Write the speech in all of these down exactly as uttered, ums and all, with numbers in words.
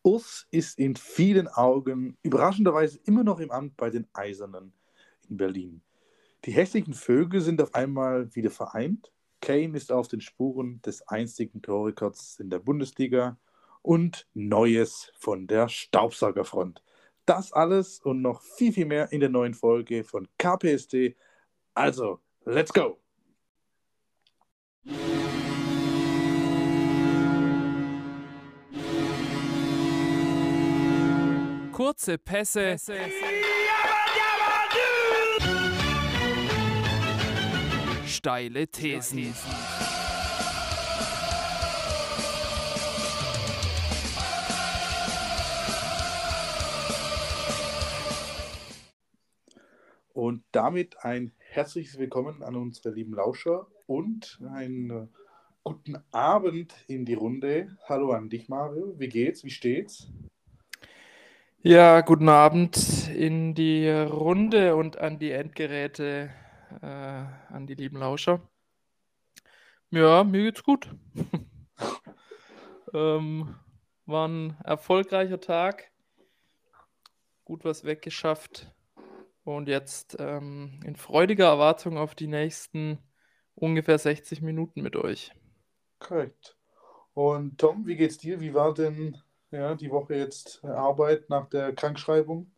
Urs ist in vielen Augen überraschenderweise immer noch im Amt bei den Eisernen in Berlin. Die hässlichen Vögel sind auf einmal wieder vereint. Kane ist auf den Spuren des einstigen Torrekords in der Bundesliga und Neues von der Staubsaugerfront. Das alles und noch viel, viel mehr in der neuen Folge von K P S T. Also, let's go! Kurze Pässe. Steile Thesen. Und damit ein herzliches Willkommen an unsere lieben Lauscher und einen guten Abend in die Runde. Hallo an dich, Mario. Wie geht's? Wie steht's? Ja, guten Abend in die Runde und an die Endgeräte, äh, an die lieben Lauscher. Ja, mir geht's gut. ähm, war ein erfolgreicher Tag, gut was weggeschafft und jetzt ähm, in freudiger Erwartung auf die nächsten ungefähr sechzig Minuten mit euch. Korrekt. Und Tom, wie geht's dir? Wie war denn ja, die Woche jetzt Arbeit nach der Krankschreibung?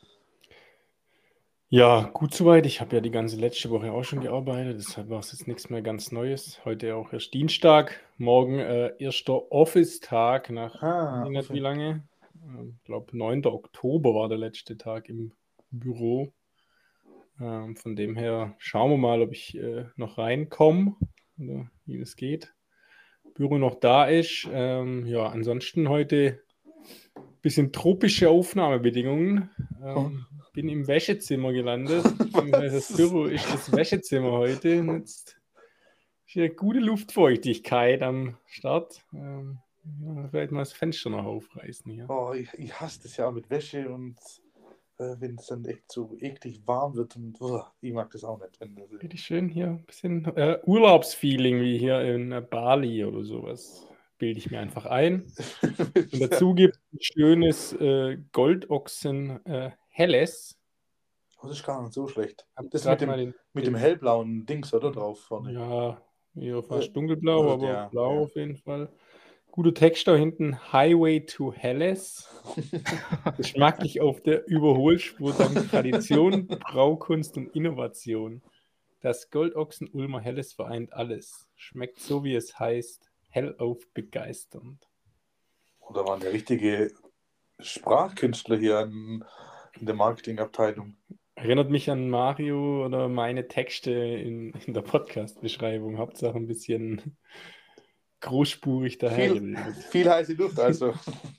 Ja, gut soweit. Ich habe ja die ganze letzte Woche auch schon gearbeitet, deshalb war es jetzt nichts mehr ganz Neues. Heute auch erst Dienstag, morgen äh, erster Office-Tag nach Ah, weiß ich nicht wie Office. lange. Ich glaube, neunter Oktober war der letzte Tag im Büro. Ähm, von dem her schauen wir mal, ob ich äh, noch reinkomme oder wie das geht. Büro noch da ist. Ähm, ja, ansonsten heute ein bisschen tropische Aufnahmebedingungen. Ähm, bin im Wäschezimmer gelandet. Beziehungsweise das Büro ist das Wäschezimmer heute. Und jetzt ist hier gute Luftfeuchtigkeit am Start. Ähm, ja, vielleicht mal das Fenster noch aufreißen hier. Oh, ich, ich hasse das ja auch mit Wäsche und äh, wenn es dann echt so eklig warm wird und uh, ich mag das auch nicht. Wenn das, Richtig schön hier. Ein bisschen äh, Urlaubsfeeling wie hier in äh, Bali oder sowas. Bilde ich mir einfach ein. Und dazu gibt es ein schönes äh, Goldochsen äh, Helles. Das ist gar nicht so schlecht. Hab Das grad mit mal dem, den, mit den dem hellblauen Dings, oder? Drauf vorne. Ja, eher fast Äh, dunkelblau, äh, aber ja, blau ja. auf jeden Fall. Guter Text da hinten. Highway to Helles. Geschmacklich auf der Überholspur dank Tradition, Braukunst und Innovation. Das Goldochsen Ulmer Helles vereint alles. Schmeckt so, wie es heißt. Hellauf begeisternd. Oder waren der richtige Sprachkünstler hier an, in der Marketingabteilung? Erinnert mich an Mario oder meine Texte in, in der Podcast-Beschreibung. Hauptsache ein bisschen großspurig Viel, dahergeredet. viel heiße Luft, also.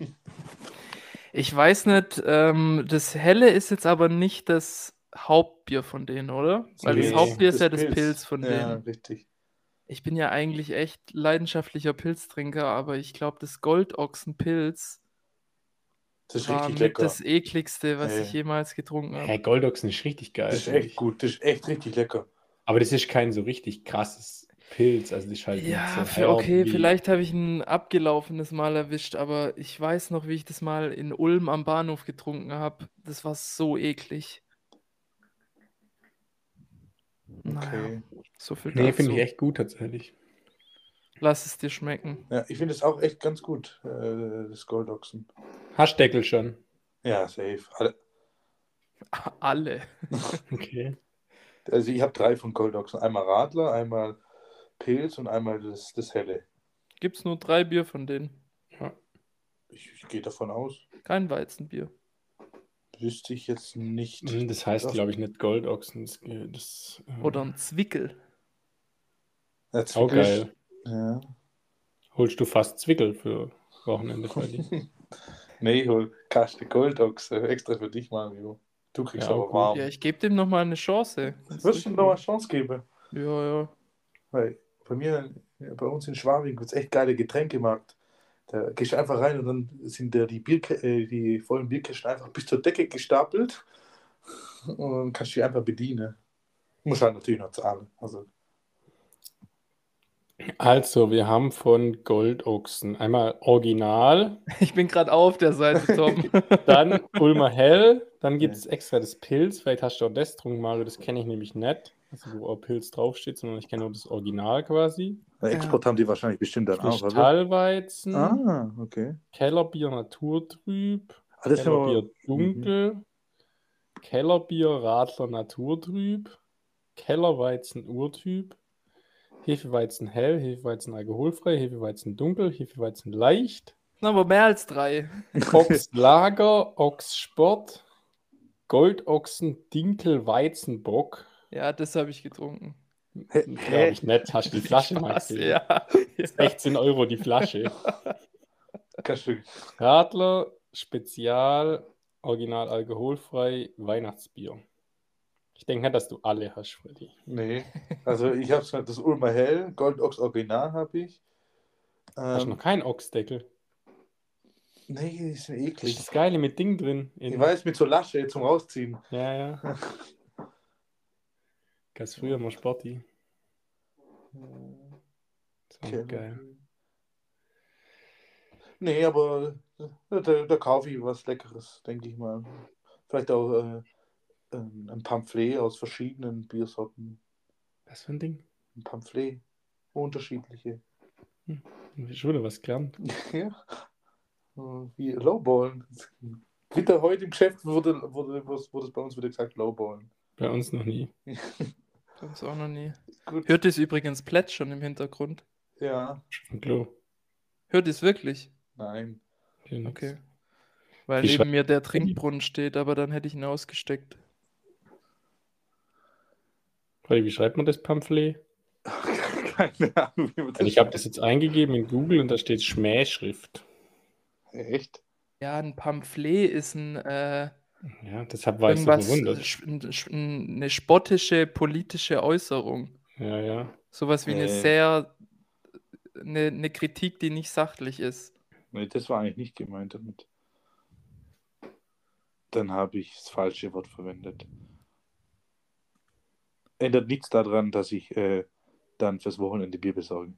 Ich weiß nicht, ähm, das Helle ist jetzt aber nicht das Hauptbier von denen, oder? Weil das Nee, Hauptbier ist das ja das Pilz. Pilz von Ja, denen. richtig. Ich bin ja eigentlich echt leidenschaftlicher Pilztrinker, aber ich glaube, das Goldochsenpilz Das ist war richtig mit lecker. das ekligste, was Hey. ich jemals getrunken habe. Hey, Goldochsen ist richtig geil. Das ist finde echt ich. gut. Das ist echt richtig lecker. Aber das ist kein so richtig krasses Pilz. Also das ist halt nicht Ja, so für, herb okay, wie... vielleicht habe ich ein abgelaufenes Mal erwischt, aber ich weiß noch, wie ich das mal in Ulm am Bahnhof getrunken habe. Das war so eklig. Naja, Okay. so viel Nee, finde dazu. ich echt gut tatsächlich. Lass es dir schmecken. Ja, ich finde es auch echt ganz gut, äh, das Goldochsen. Haschdeckel schon. Ja, safe. Alle- Alle. Okay. Also ich habe drei von Goldochsen. Einmal Radler, einmal Pilz und einmal das, das Helle. Gibt's nur drei Bier von denen. Ja. Ich, ich gehe davon aus. Kein Weizenbier. Wüsste ich jetzt nicht. Hm, Das heißt, glaube ich, nicht Goldochsen. Das, das, äh, Oder ein Zwickel. Ja, auch Zwickel ist- geil. Ja. Holst du fast Zwickel für Wochenende für dich? Nee, ich hol Kaste Goldochse extra für dich, Mario. Du kriegst Ja, aber gut. warm. Ja, ich gebe dem nochmal eine Chance. Das Wirst du ist ihm noch mal Chance geben? Ja, ja. Weil bei mir, ja, bei uns in Schwabing gibt es echt geile Getränkemarkt. Da gehst du einfach rein und dann sind da die, Bierkä äh, die vollen Bierkästen einfach bis zur Decke gestapelt und dann kannst du die einfach bedienen. Muss halt natürlich noch zahlen. Also, Also, wir haben von Goldochsen einmal Original, Ich bin gerade auf der Seite, Tom. dann Ulmer Hell, dann gibt Ja. es extra das Pilz. Vielleicht hast du auch das getrunken, Mario, das kenne ich nämlich nicht. Also, wo auch Pilz draufsteht, sondern ich kenne nur das Original quasi. Bei Export haben die wahrscheinlich bestimmt dann auch, oder? Kristallweizen, Ah, okay. Kellerbier Naturtrüb, Ah, das haben wir- Kellerbier Dunkel, Kellerbier Radler Naturtrüb, Kellerweizen Urtyp, Hefeweizen hell, Hefeweizen alkoholfrei, Hefeweizen dunkel, Hefeweizen leicht, Aber mehr als drei. Ochs Lager, Ochs Sport, Goldochsen Dinkel Weizenbock. Ja, das habe ich getrunken. Glaube ich nicht. Hast du die Flasche mal Spaß, gesehen? ja. ja. sechzehn Euro die Flasche. Kannst du- Radler Spezial, original alkoholfrei, Weihnachtsbier. Ich denke nicht, dass du alle hast, Freddy. Nee, also ich habe das Ulmer Hell, Goldochs Original habe ich. Hast du Ähm, noch keinen Ochsdeckel? nee, die ist mir Das ist eklig. das Geile mit Ding drin. In- Ich weiß, mit so Lasche zum Rausziehen. Ja, ja. Ganz früher mal Sporty. Das war Okay. geil. Nee, aber da, da, da kaufe ich was Leckeres, denke ich mal. Vielleicht auch äh, ein ein Pamphlet aus verschiedenen Biersorten. Was für ein Ding? Ein Pamphlet. Unterschiedliche. Schon wieder was gelernt. Ja. Äh, Wie Lowballen. Wieder heute im Geschäft wurde, wurde, wurde es bei uns wieder gesagt, Lowballen. Bei uns noch nie. Bei uns auch noch nie. Gut. Hört es übrigens plätschern im Hintergrund? Ja, Vom Klo. Hört es wirklich? nein. Hier nix. Okay. Weil Wie neben schreibt- mir der Trinkbrunnen steht, aber dann hätte ich ihn ausgesteckt. Freddy, wie schreibt man das Pamphlet? Keine Ahnung, wie man das Also ich habe das jetzt eingegeben in Google und da steht Schmähschrift. Echt? Ja, ein Pamphlet ist ein äh, Ja, deshalb war ich so irgendwas, verwundert. sch- ein- sch- ein- eine spottische politische Äußerung. Ja, ja. Sowas wie eine Nee. sehr, eine, eine Kritik, die nicht sachlich ist. Nee, das war eigentlich nicht gemeint damit. Dann habe ich das falsche Wort verwendet. Ändert nichts daran, dass ich äh, dann fürs Wochenende Bier besorge.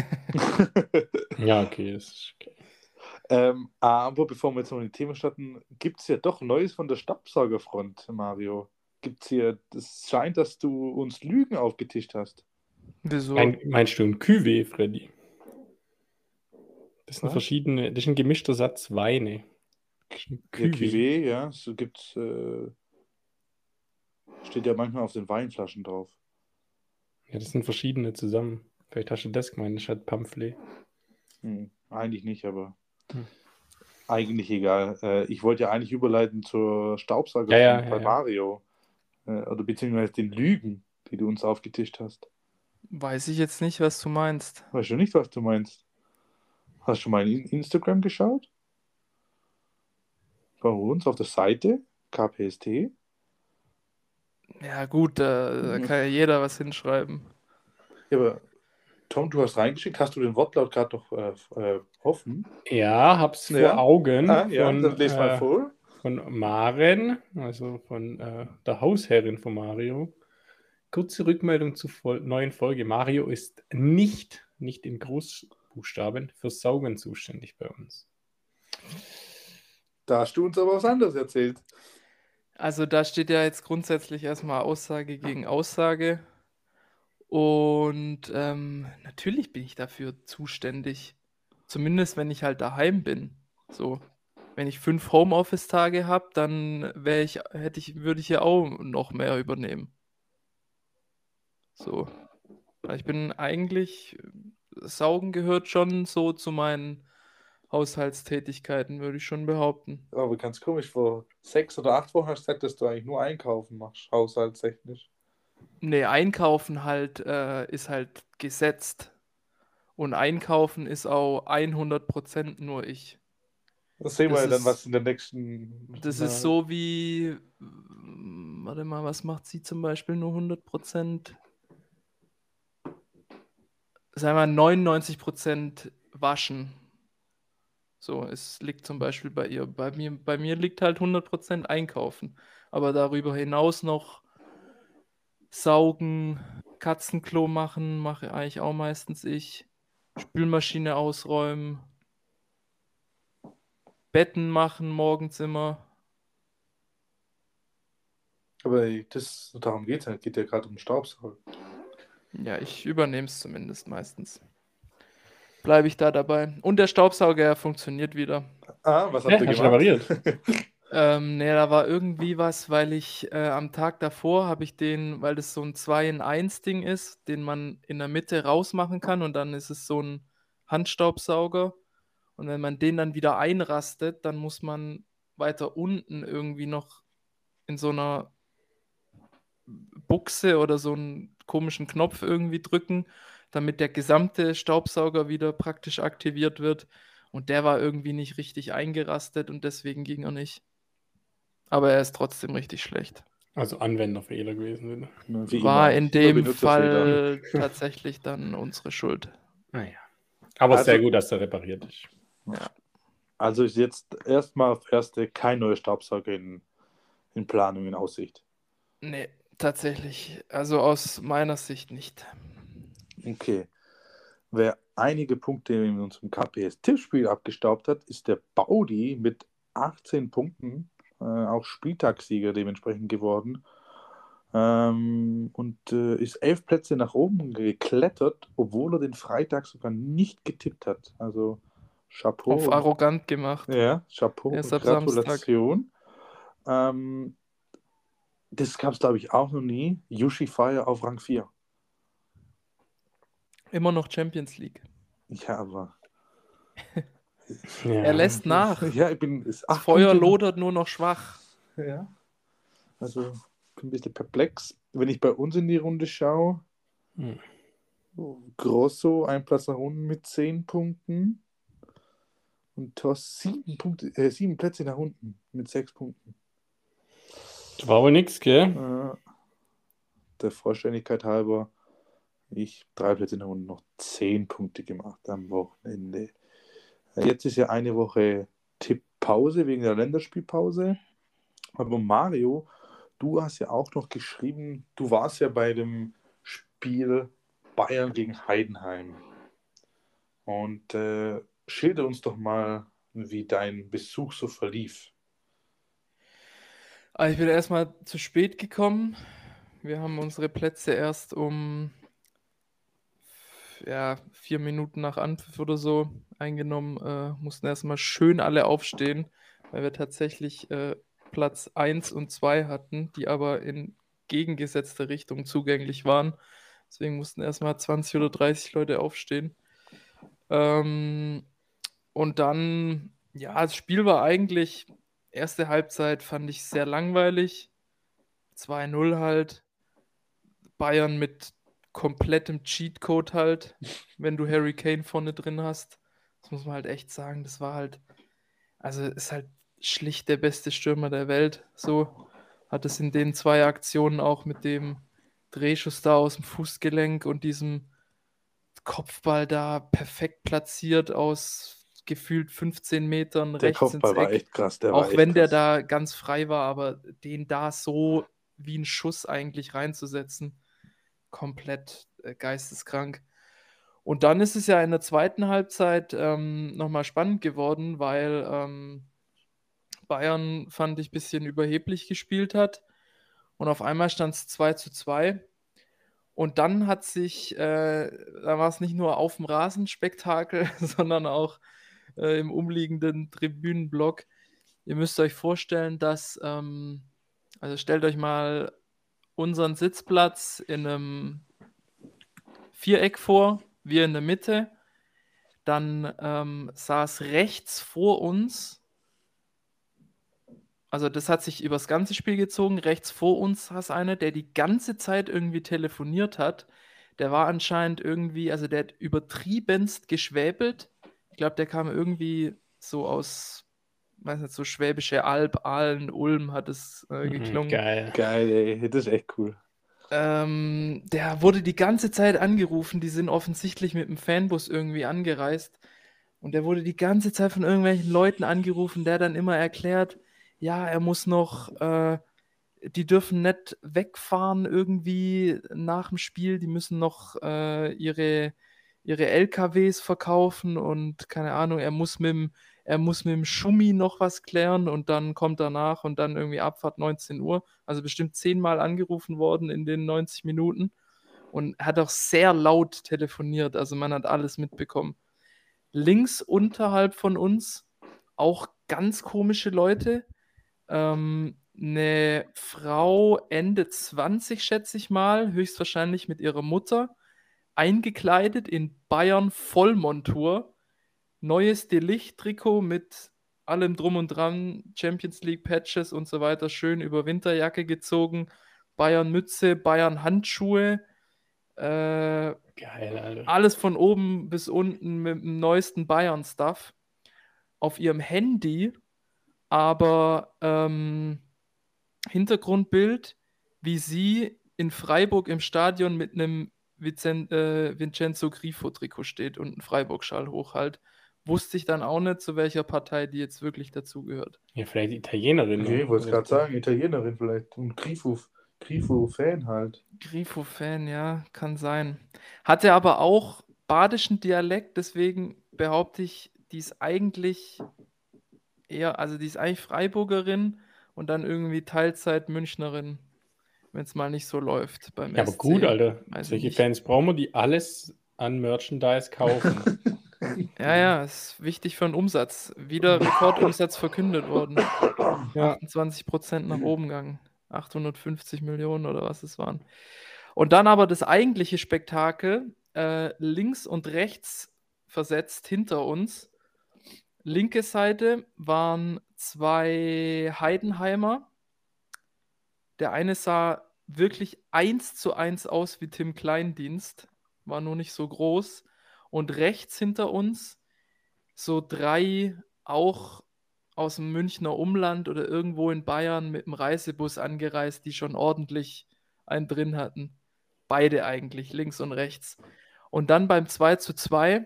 Ja, okay, das ist okay. ähm, aber bevor wir jetzt noch in die Themen starten, gibt es ja doch Neues von der Staubsaugerfront, Mario. Gibt's hier, es scheint, dass du uns Lügen aufgetischt hast. Wieso? Mein, meinst du ein Cuvée, Freddy? Das sind Was? verschiedene, das ist ein gemischter Satz Weine. Das ist ein Ja, Cuvée. Cuvée, ja, so gibt's, äh, steht ja manchmal auf den Weinflaschen drauf. Ja, das sind verschiedene zusammen. Vielleicht hast du das gemeint, das ist halt Pamphlet. Hm, eigentlich nicht, aber Hm. eigentlich egal. Äh, ich wollte ja eigentlich überleiten zur Staubsauger Ja, ja, von- ja, bei ja. Mario. Äh, oder beziehungsweise den Lügen, die du uns aufgetischt hast. Weiß ich jetzt nicht, was du meinst. Weißt du nicht, was du meinst? Hast du mal in Instagram geschaut? Bei uns auf der Seite, K P S T. Ja, gut, da, da Mhm. kann ja jeder was hinschreiben. Ja, aber Tom, du hast reingeschickt. Hast du den Wortlaut gerade noch äh, äh, offen? Ja, hab's Ja. vor Augen Ah, ja, von, dann lese mal äh, vor. von Maren, also von äh, der Hausherrin von Mario. Kurze Rückmeldung zur Fol neuen Folge. Mario ist nicht, nicht in Großbuchstaben, für Saugen zuständig bei uns. Da hast du uns aber was anderes erzählt. Also da steht ja jetzt grundsätzlich erstmal Aussage gegen Aussage. Und ähm, natürlich bin ich dafür zuständig. Zumindest wenn ich halt daheim bin. So, wenn ich fünf Homeoffice-Tage habe, dann wäre ich, hätte ich, würde ich ja auch noch mehr übernehmen. So. Weil ich bin eigentlich, Saugen gehört schon so zu meinen Haushaltstätigkeiten, würde ich schon behaupten. Aber ganz komisch, vor sechs oder acht Wochen hast du gesagt, dass du eigentlich nur einkaufen machst, haushaltstechnisch. Nee, einkaufen halt äh, ist halt gesetzt. Und einkaufen ist auch hundert Prozent nur ich. Das sehen Das wir ja dann, ist- was in der nächsten. Das na, ist so wie, mm, warte mal, was macht sie zum Beispiel nur hundert Prozent? Sagen wir neunundneunzig Prozent waschen. So, es liegt zum Beispiel bei ihr. Bei mir, bei mir liegt halt hundert Prozent einkaufen. Aber darüber hinaus noch saugen, Katzenklo machen, mache eigentlich auch meistens ich. Spülmaschine ausräumen. Betten machen morgens immer. Aber das, darum geht es ja. Es geht ja gerade um Staubsaugen. Ja, ich übernehme es zumindest meistens. Bleibe ich da dabei. Und der Staubsauger funktioniert wieder. Ah, was habt Ja, ihr hast du gemacht? repariert? Ähm, nee, da war irgendwie was, weil ich äh, am Tag davor habe ich den, weil das so ein zwei in eins Ding ist, den man in der Mitte rausmachen kann und dann ist es so ein Handstaubsauger. Und wenn man den dann wieder einrastet, dann muss man weiter unten irgendwie noch in so einer Buchse oder so einen komischen Knopf irgendwie drücken, damit der gesamte Staubsauger wieder praktisch aktiviert wird. Und der war irgendwie nicht richtig eingerastet und deswegen ging er nicht. Aber er ist trotzdem richtig schlecht. Also Anwenderfehler gewesen sind. Wie War immer. in Immer dem Benutzerfehler. Fall tatsächlich dann unsere Schuld. Naja. Aber Also- sehr gut, dass der repariert ist. Ja. Also ist jetzt erstmal auf erste kein neuer Staubsauger in, in Planung, in Aussicht. Nee, tatsächlich. Also aus meiner Sicht nicht. Okay. Wer einige Punkte in unserem K P S-Tippspiel abgestaubt hat, ist der Baudi mit achtzehn Punkten, äh, auch Spieltagssieger dementsprechend geworden. Ähm, und äh, ist elf Plätze nach oben geklettert, obwohl er den Freitag sogar nicht getippt hat. Also Chapeau. Auf arrogant gemacht. Ja, Chapeau Erst und ab Samstag. Gratulation. Ähm, das gab es, glaube ich, auch noch nie. Yushi Fire auf Rang vier. Immer noch Champions League. Ja, aber. Ja. Er lässt nach. Ja, ich bin. Ist Das acht Feuer Punkte- lodert nur noch schwach. Ja. Also, ich bin ein bisschen perplex. Wenn ich bei uns in die Runde schaue, Hm. Grosso ein Platz nach unten mit zehn Punkten. Und Thors sieben, Punkte, äh, sieben Plätze nach unten mit sechs Punkten. Das war wohl nix, gell? Äh, der Vollständigkeit halber, ich drei Plätze nach unten noch zehn Punkte gemacht am Wochenende. Äh, Jetzt ist ja eine Woche Tipppause wegen der Länderspielpause. Aber Mario, du hast ja auch noch geschrieben, du warst ja bei dem Spiel Bayern gegen Heidenheim. Und äh, schilder uns doch mal, wie dein Besuch so verlief. Also ich bin erstmal zu spät gekommen. Wir haben unsere Plätze erst um ja, vier Minuten nach Anpfiff oder so eingenommen. Äh, mussten erstmal schön alle aufstehen, weil wir tatsächlich äh, Platz eins und zwei hatten, die aber in gegengesetzter Richtung zugänglich waren. Deswegen mussten erstmal zwanzig oder dreißig Leute aufstehen. Ähm, und dann, ja, das Spiel war eigentlich, erste Halbzeit fand ich sehr langweilig. zwei null halt. Bayern mit komplettem Cheatcode halt, wenn du Harry Kane vorne drin hast. Das muss man halt echt sagen. Das war halt, also ist halt schlicht der beste Stürmer der Welt. So hat es in den zwei Aktionen auch mit dem Drehschuss da aus dem Fußgelenk und diesem Kopfball da perfekt platziert aus gefühlt fünfzehn Metern Der rechts Kopfball ins war Eck. echt krass. Der war Auch echt wenn der krass. da ganz frei war, aber den da so wie ein Schuss eigentlich reinzusetzen, komplett äh, geisteskrank. Und dann ist es ja in der zweiten Halbzeit ähm, nochmal spannend geworden, weil ähm, Bayern, fand ich, ein bisschen überheblich gespielt hat. Und auf einmal stand es zwei zu zwei. Und dann hat sich, äh, da war es nicht nur auf dem Rasenspektakel, sondern auch äh, im umliegenden Tribünenblock. Ihr müsst euch vorstellen, dass, ähm, also stellt euch mal unseren Sitzplatz in einem Viereck vor, wir in der Mitte. Dann ähm, saß rechts vor uns, also das hat sich übers ganze Spiel gezogen, rechts vor uns saß einer, der die ganze Zeit irgendwie telefoniert hat. Der war anscheinend irgendwie, also der hat übertriebenst geschwäbelt. Ich glaube, der kam irgendwie so aus, weiß nicht, so Schwäbische Alb, Aalen, Ulm hat es äh, geklungen. Geil. Geil, ey. Das ist echt cool. Ähm, der wurde die ganze Zeit angerufen, die sind offensichtlich mit dem Fanbus irgendwie angereist und der wurde die ganze Zeit von irgendwelchen Leuten angerufen, der dann immer erklärt, ja, er muss noch, äh, die dürfen nicht wegfahren irgendwie nach dem Spiel, die müssen noch äh, ihre, ihre L K Ws verkaufen und keine Ahnung, er muss mit dem, er muss mit dem Schummi noch was klären und dann kommt er nach und dann irgendwie Abfahrt neunzehn Uhr. Also bestimmt zehnmal angerufen worden in den neunzig Minuten und er hat auch sehr laut telefoniert, also man hat alles mitbekommen. Links unterhalb von uns auch ganz komische Leute. Ähm, eine Frau Ende zwanzig, schätze ich mal, höchstwahrscheinlich mit ihrer Mutter, eingekleidet in Bayern Vollmontur, neues Delicht-Trikot mit allem drum und dran, Champions League Patches und so weiter, schön über Winterjacke gezogen, Bayern Mütze, Bayern Handschuhe, äh, Geil, Alter. alles von oben bis unten mit dem neuesten Bayern-Stuff. Auf ihrem Handy aber ähm, Hintergrundbild, wie sie in Freiburg im Stadion mit einem Vicen äh, Vincenzo Grifo-Trikot steht und einen Freiburg-Schal hochhält. Wusste ich dann auch nicht, zu welcher Partei die jetzt wirklich dazugehört. Ja, vielleicht Italienerin. Okay, ne? ich wollte es gerade sagen, Italienerin vielleicht. Und Grifo, Grifo-Fan halt. Grifo-Fan, ja, kann sein. Hatte aber auch badischen Dialekt, deswegen behaupte ich, die ist eigentlich eher, also die ist eigentlich Freiburgerin und dann irgendwie Teilzeit Münchnerin, wenn es mal nicht so läuft beim Ja, aber S C. gut, Alter. Weiß ich Solche nicht. Fans brauchen wir, die alles an Merchandise kaufen. Ja, ja, ist wichtig für den Umsatz. Wieder Rekordumsatz verkündet worden. Ja. achtundzwanzig Prozent nach oben gegangen. achthundertfünfzig Millionen oder was es waren. Und dann aber das eigentliche Spektakel, äh, links und rechts versetzt hinter uns. Linke Seite waren zwei Heidenheimer. Der eine sah wirklich eins zu eins aus wie Tim Kleindienst, war nur nicht so groß. Und rechts hinter uns so drei auch aus dem Münchner Umland oder irgendwo in Bayern mit dem Reisebus angereist, die schon ordentlich einen drin hatten. Beide eigentlich, links und rechts. Und dann beim zwei zu zwei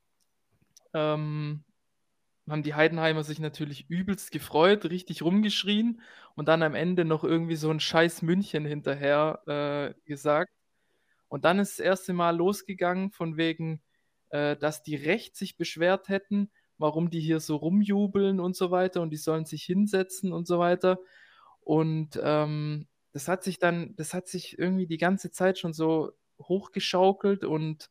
ähm, haben die Heidenheimer sich natürlich übelst gefreut, richtig rumgeschrien und dann am Ende noch irgendwie so ein scheiß München hinterher äh, gesagt. Und dann ist das erste Mal losgegangen von wegen, äh, dass die rechts sich beschwert hätten, warum die hier so rumjubeln und so weiter und die sollen sich hinsetzen und so weiter. Und ähm, das hat sich dann, das hat sich irgendwie die ganze Zeit schon so hochgeschaukelt und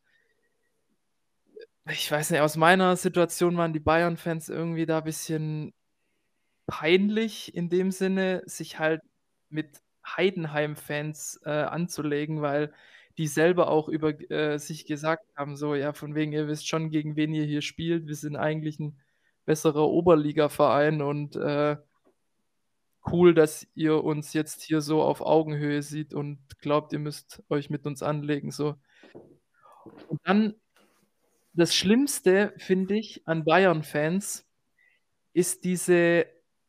ich weiß nicht, aus meiner Situation waren die Bayern-Fans irgendwie da ein bisschen peinlich in dem Sinne, sich halt mit Heidenheim-Fans äh, anzulegen, weil die selber auch über äh, sich gesagt haben, so, ja, von wegen, ihr wisst schon, gegen wen ihr hier spielt, wir sind eigentlich ein besserer Oberliga-Verein und äh, cool, dass ihr uns jetzt hier so auf Augenhöhe seht und glaubt, ihr müsst euch mit uns anlegen, so. Und dann das Schlimmste, finde ich, an Bayern-Fans ist diese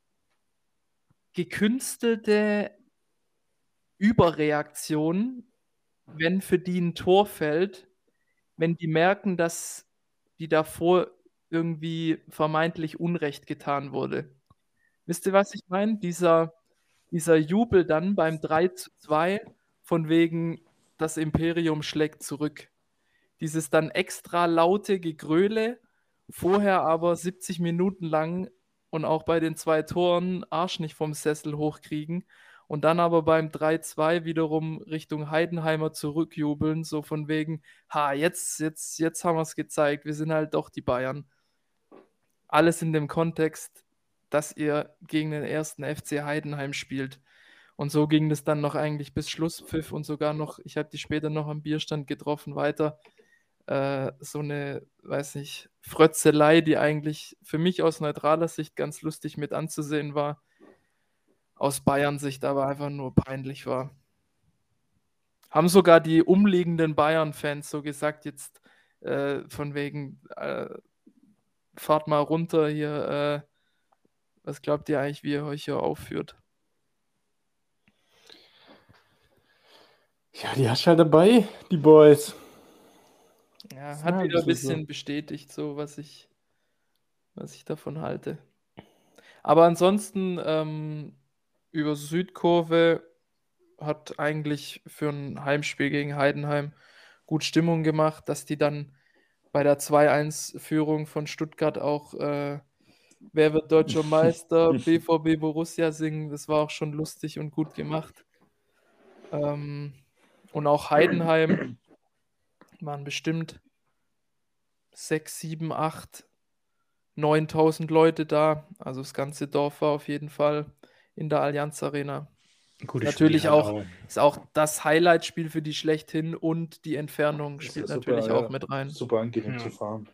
gekünstelte Überreaktion, wenn für die ein Tor fällt, wenn die merken, dass die davor irgendwie vermeintlich Unrecht getan wurde. Wisst ihr, was ich meine? Dieser, dieser Jubel dann beim drei zu zwei von wegen, das Imperium schlägt zurück. Dieses dann extra laute Gegröle, vorher aber siebzig Minuten lang und auch bei den zwei Toren Arsch nicht vom Sessel hochkriegen und dann aber beim drei zwei wiederum Richtung Heidenheimer zurückjubeln, so von wegen, ha, jetzt, jetzt, jetzt haben wir es gezeigt, wir sind halt doch die Bayern. Alles in dem Kontext, dass ihr gegen den ersten F C Heidenheim spielt. Und so ging das dann noch eigentlich bis Schlusspfiff und sogar noch, ich habe die später noch am Bierstand getroffen, weiter. Äh, so eine, weiß nicht, Frötzelei, die eigentlich für mich aus neutraler Sicht ganz lustig mit anzusehen war, aus Bayern-Sicht aber einfach nur peinlich war. Haben sogar die umliegenden Bayern-Fans so gesagt, jetzt äh, von wegen, äh, fahrt mal runter hier, äh, was glaubt ihr eigentlich, wie ihr euch hier aufführt? Ja, die hast du halt dabei, die Boys. Ja, Ist hat ja ein wieder ein bisschen so. bisschen bestätigt, so was ich, was ich davon halte. Aber ansonsten ähm, über Südkurve hat eigentlich für ein Heimspiel gegen Heidenheim gut Stimmung gemacht, dass die dann bei der zwei eins Führung von Stuttgart auch äh, Wer wird deutscher Meister, B V B Borussia singen. Das war auch schon lustig und gut gemacht. Ähm, und auch Heidenheim waren bestimmt sechs, sieben, acht, neuntausend Leute da. Also das ganze Dorf war auf jeden Fall in der Allianz Arena. Gut, Natürlich halt auch, ist auch das Highlight-Spiel für die schlechthin und die Entfernung Ist spielt ja natürlich super, auch ja. mit rein. Super angenehm Ja. zu fahren.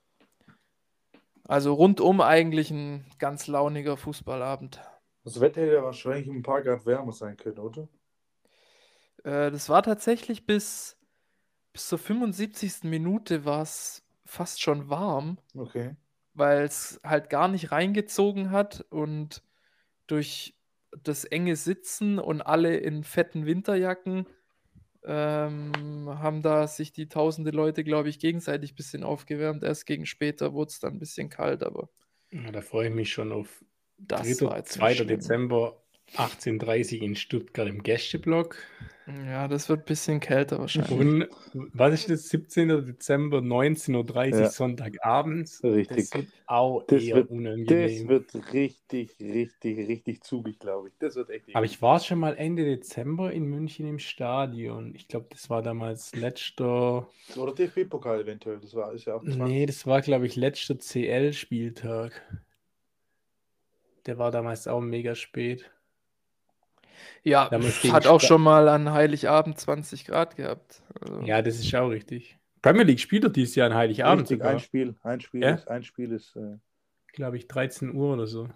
Also rundum eigentlich ein ganz launiger Fußballabend. Das Wetter hätte ja wahrscheinlich ein paar Grad wärmer sein können, oder? Äh, das war tatsächlich bis, bis zur fünfundsiebzigsten Minute war es fast schon warm, Okay. weil es halt gar nicht reingezogen hat und durch das enge Sitzen und alle in fetten Winterjacken ähm, haben da sich die tausende Leute, glaube ich, gegenseitig ein bisschen aufgewärmt. Erst gegen später wurde es dann ein bisschen kalt, aber Ja, da freue ich mich schon auf das dritter, war jetzt nicht zweiter schlimm. Dezember, achtzehn Uhr dreißig in Stuttgart im Gästeblock. Ja, das wird ein bisschen kälter wahrscheinlich. Und was ist das? siebzehnter Dezember, neunzehn Uhr dreißig, Ja. Sonntagabends. Richtig. Das wird auch Das eher wird, das unangenehm. wird richtig, richtig, richtig zugig, glaube ich. Das wird echt Aber eklig. ich war schon mal Ende Dezember in München im Stadion. Ich glaube, das war damals letzter. Oder D F B-Pokal eventuell. Das war ist ja auch Nee, zwanzig. das war, glaube ich, letzter C L-Spieltag. Der war damals auch mega spät. Ja, Damals pf, gegen hat auch Spa- schon mal an Heiligabend zwanzig Grad gehabt. Also, Ja, das ist auch richtig. Premier League spielt er dieses Jahr an Heiligabend Richtig, ein sogar. Spiel. Ein Spiel Ja? ist, ein Spiel ist. Äh, Glaube ich, dreizehn Uhr oder so.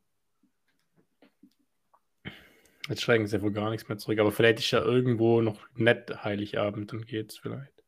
Jetzt schrecken sie wohl gar nichts mehr zurück. Aber vielleicht ist ja irgendwo noch nett Heiligabend, dann geht's vielleicht.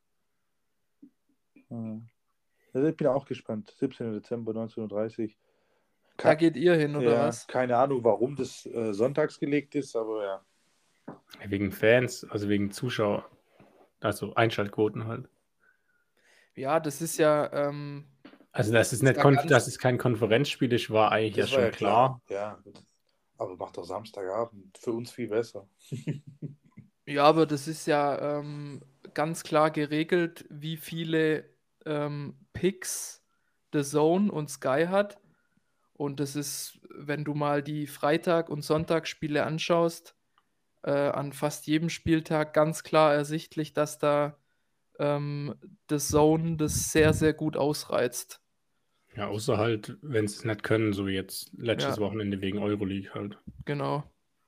äh, also ich bin auch gespannt. siebzehnter Dezember neunzehn Uhr dreißig. da geht ihr hin, oder ja, was? keine Ahnung, warum das äh, sonntags gelegt ist, aber ja. Wegen Fans, also wegen Zuschauer. Also Einschaltquoten halt. Ja, das ist ja, ähm, Also, dass es, ist nicht ja Konf ganz, dass es kein Konferenzspiel ist, war eigentlich ja Das war schon ja klar. klar. Ja. Aber macht doch Samstagabend. Für uns viel besser. ja, aber das ist ja ähm, ganz klar geregelt, wie viele ähm, Picks The Zone und Sky hat. Und das ist, wenn du mal die Freitag- und Sonntagsspiele anschaust, äh, an fast jedem Spieltag ganz klar ersichtlich, dass da ähm, The Zone das sehr, sehr gut ausreizt. Ja, außer halt, wenn sie es nicht können, so wie jetzt letztes Ja. Wochenende wegen Euroleague halt. Genau.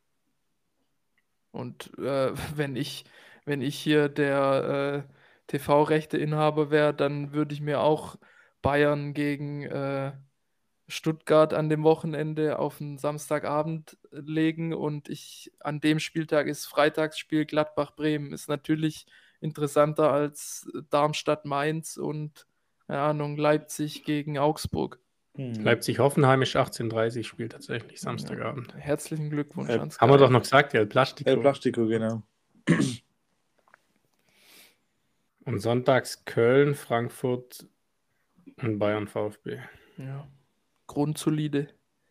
Und äh, wenn ich, wenn ich hier der äh, T V-Rechteinhaber wäre, dann würde ich mir auch Bayern gegen äh, Stuttgart an dem Wochenende auf den Samstagabend legen und ich an dem Spieltag ist Freitagsspiel Gladbach-Bremen. Ist natürlich interessanter als Darmstadt-Mainz und, keine Ahnung, Leipzig gegen Augsburg. Hm. Leipzig-Hoffenheim ist achtzehn Uhr dreißig, spielt tatsächlich Samstagabend. Ja, herzlichen Glückwunsch Äh, an Sky. Haben wir doch noch gesagt, ja, Plastico. El Plastico, genau. Und sonntags Köln, Frankfurt und Bayern VfB. Ja. Grundsolide.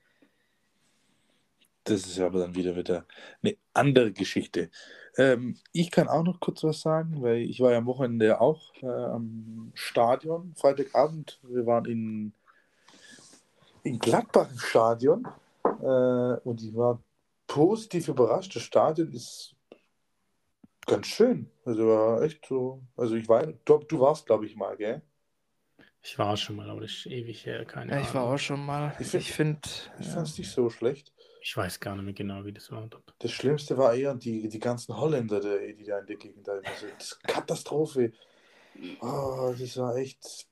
Das ist aber dann wieder wieder eine andere Geschichte. Ähm, ich kann auch noch kurz was sagen, weil ich war ja am Wochenende auch äh, am Stadion, Freitagabend. Wir waren in, in Gladbach im Stadion äh, und ich war positiv überrascht. Das Stadion ist ganz schön. Also war echt so. Also ich war, du, du warst, glaube ich, mal, gell? Ich war schon mal, aber das ist ewig her, keine Ja, Ahnung. ich war auch schon mal. Ich Ich find- finde, Ich ja. fand es nicht so schlecht. Ich weiß gar nicht mehr genau, wie das war dort. Das Schlimmste war eher die, die ganzen Holländer, die, die da in der Gegend da immer sind. Das ist Katastrophe. Oh, das war echt.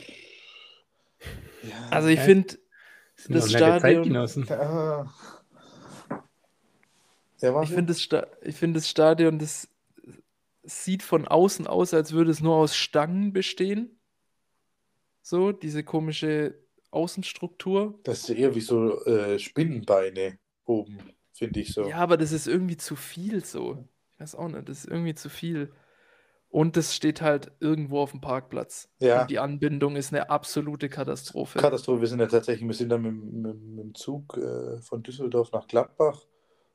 Ja. Also ich Hä? finde, Sind das doch nette Stadion, Zeitgenossen. Ah. Ja, was? ich finde das, Sta ich find das Stadion, das sieht von außen aus, als würde es nur aus Stangen bestehen. So, diese komische Außenstruktur. Das ist eher wie so äh, Spinnenbeine oben, finde ich so. Ja, aber das ist irgendwie zu viel so. Ich weiß auch nicht, das ist irgendwie zu viel. Und das steht halt irgendwo auf dem Parkplatz. Ja. Und die Anbindung ist eine absolute Katastrophe. Katastrophe. Wir sind ja tatsächlich, wir sind dann mit, mit, mit dem Zug äh, von Düsseldorf nach Gladbach.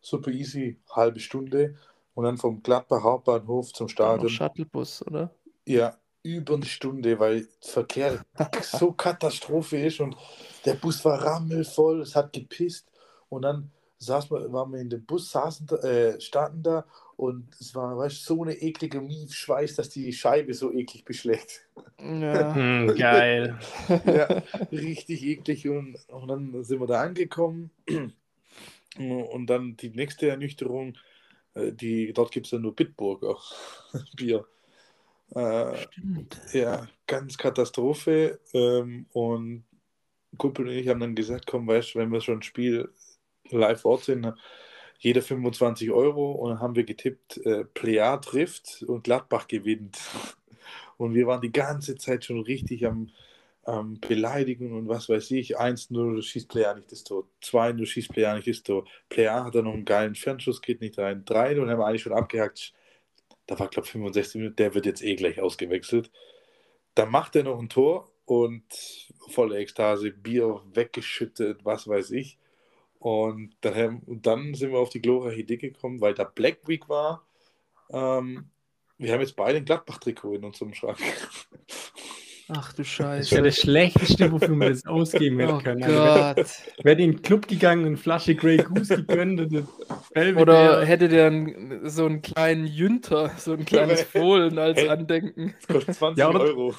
super easy, halbe Stunde. Und dann vom Gladbach Hauptbahnhof zum Dann noch Stadion. Shuttlebus, oder? Ja, über eine Stunde, weil Verkehr so Katastrophe ist und der Bus war rammelvoll, es hat gepisst und dann saß man, waren wir in dem Bus, saßen, da, äh, standen da und es war, weißt, du, so eine eklige Miefschweiß, dass die Scheibe so eklig beschlägt. Ja. Hm, geil. Ja, richtig eklig und, und dann sind wir da angekommen und dann die nächste Ernüchterung, äh, die, dort gibt es ja nur Bitburger Bier. Äh, Stimmt. Ja, ganz Katastrophe. Ähm, und Kumpel und ich haben dann gesagt, komm, weißt du, wenn wir schon ein Spiel live vor Ort sind, jeder fünfundzwanzig Euro und dann haben wir getippt, äh, Plea trifft und Gladbach gewinnt. Und wir waren die ganze Zeit schon richtig am, am Beleidigen und was weiß ich. eins null schießt Plea nicht das Tor. zwei null schießt Plea nicht das Tor. Plea hat dann noch einen geilen Fernschuss, geht nicht rein. drei null haben wir eigentlich schon abgehakt. Da war, glaube ich, fünfundsechzig Minuten, der wird jetzt eh gleich ausgewechselt. Dann macht er noch ein Tor und volle Ekstase, Bier weggeschüttet, was weiß ich. Und dann, und dann sind wir auf die glorreiche Idee gekommen, weil da Black Week war. Ähm, wir haben jetzt beide ein Gladbach-Trikot in unserem Schrank. Ach du Das ist ja Scheiße. das Schlechteste, wofür man das ausgeben hätte Oh können. Also, wäre Gott. wär in den Club gegangen, eine Flasche Grey Goose gegönnt und das Belvedere. Oder hätte der einen, so einen kleinen Jünter, so ein kleines Fohlen als Hey. Andenken. Das kostet zwanzig Ja, oder- Euro.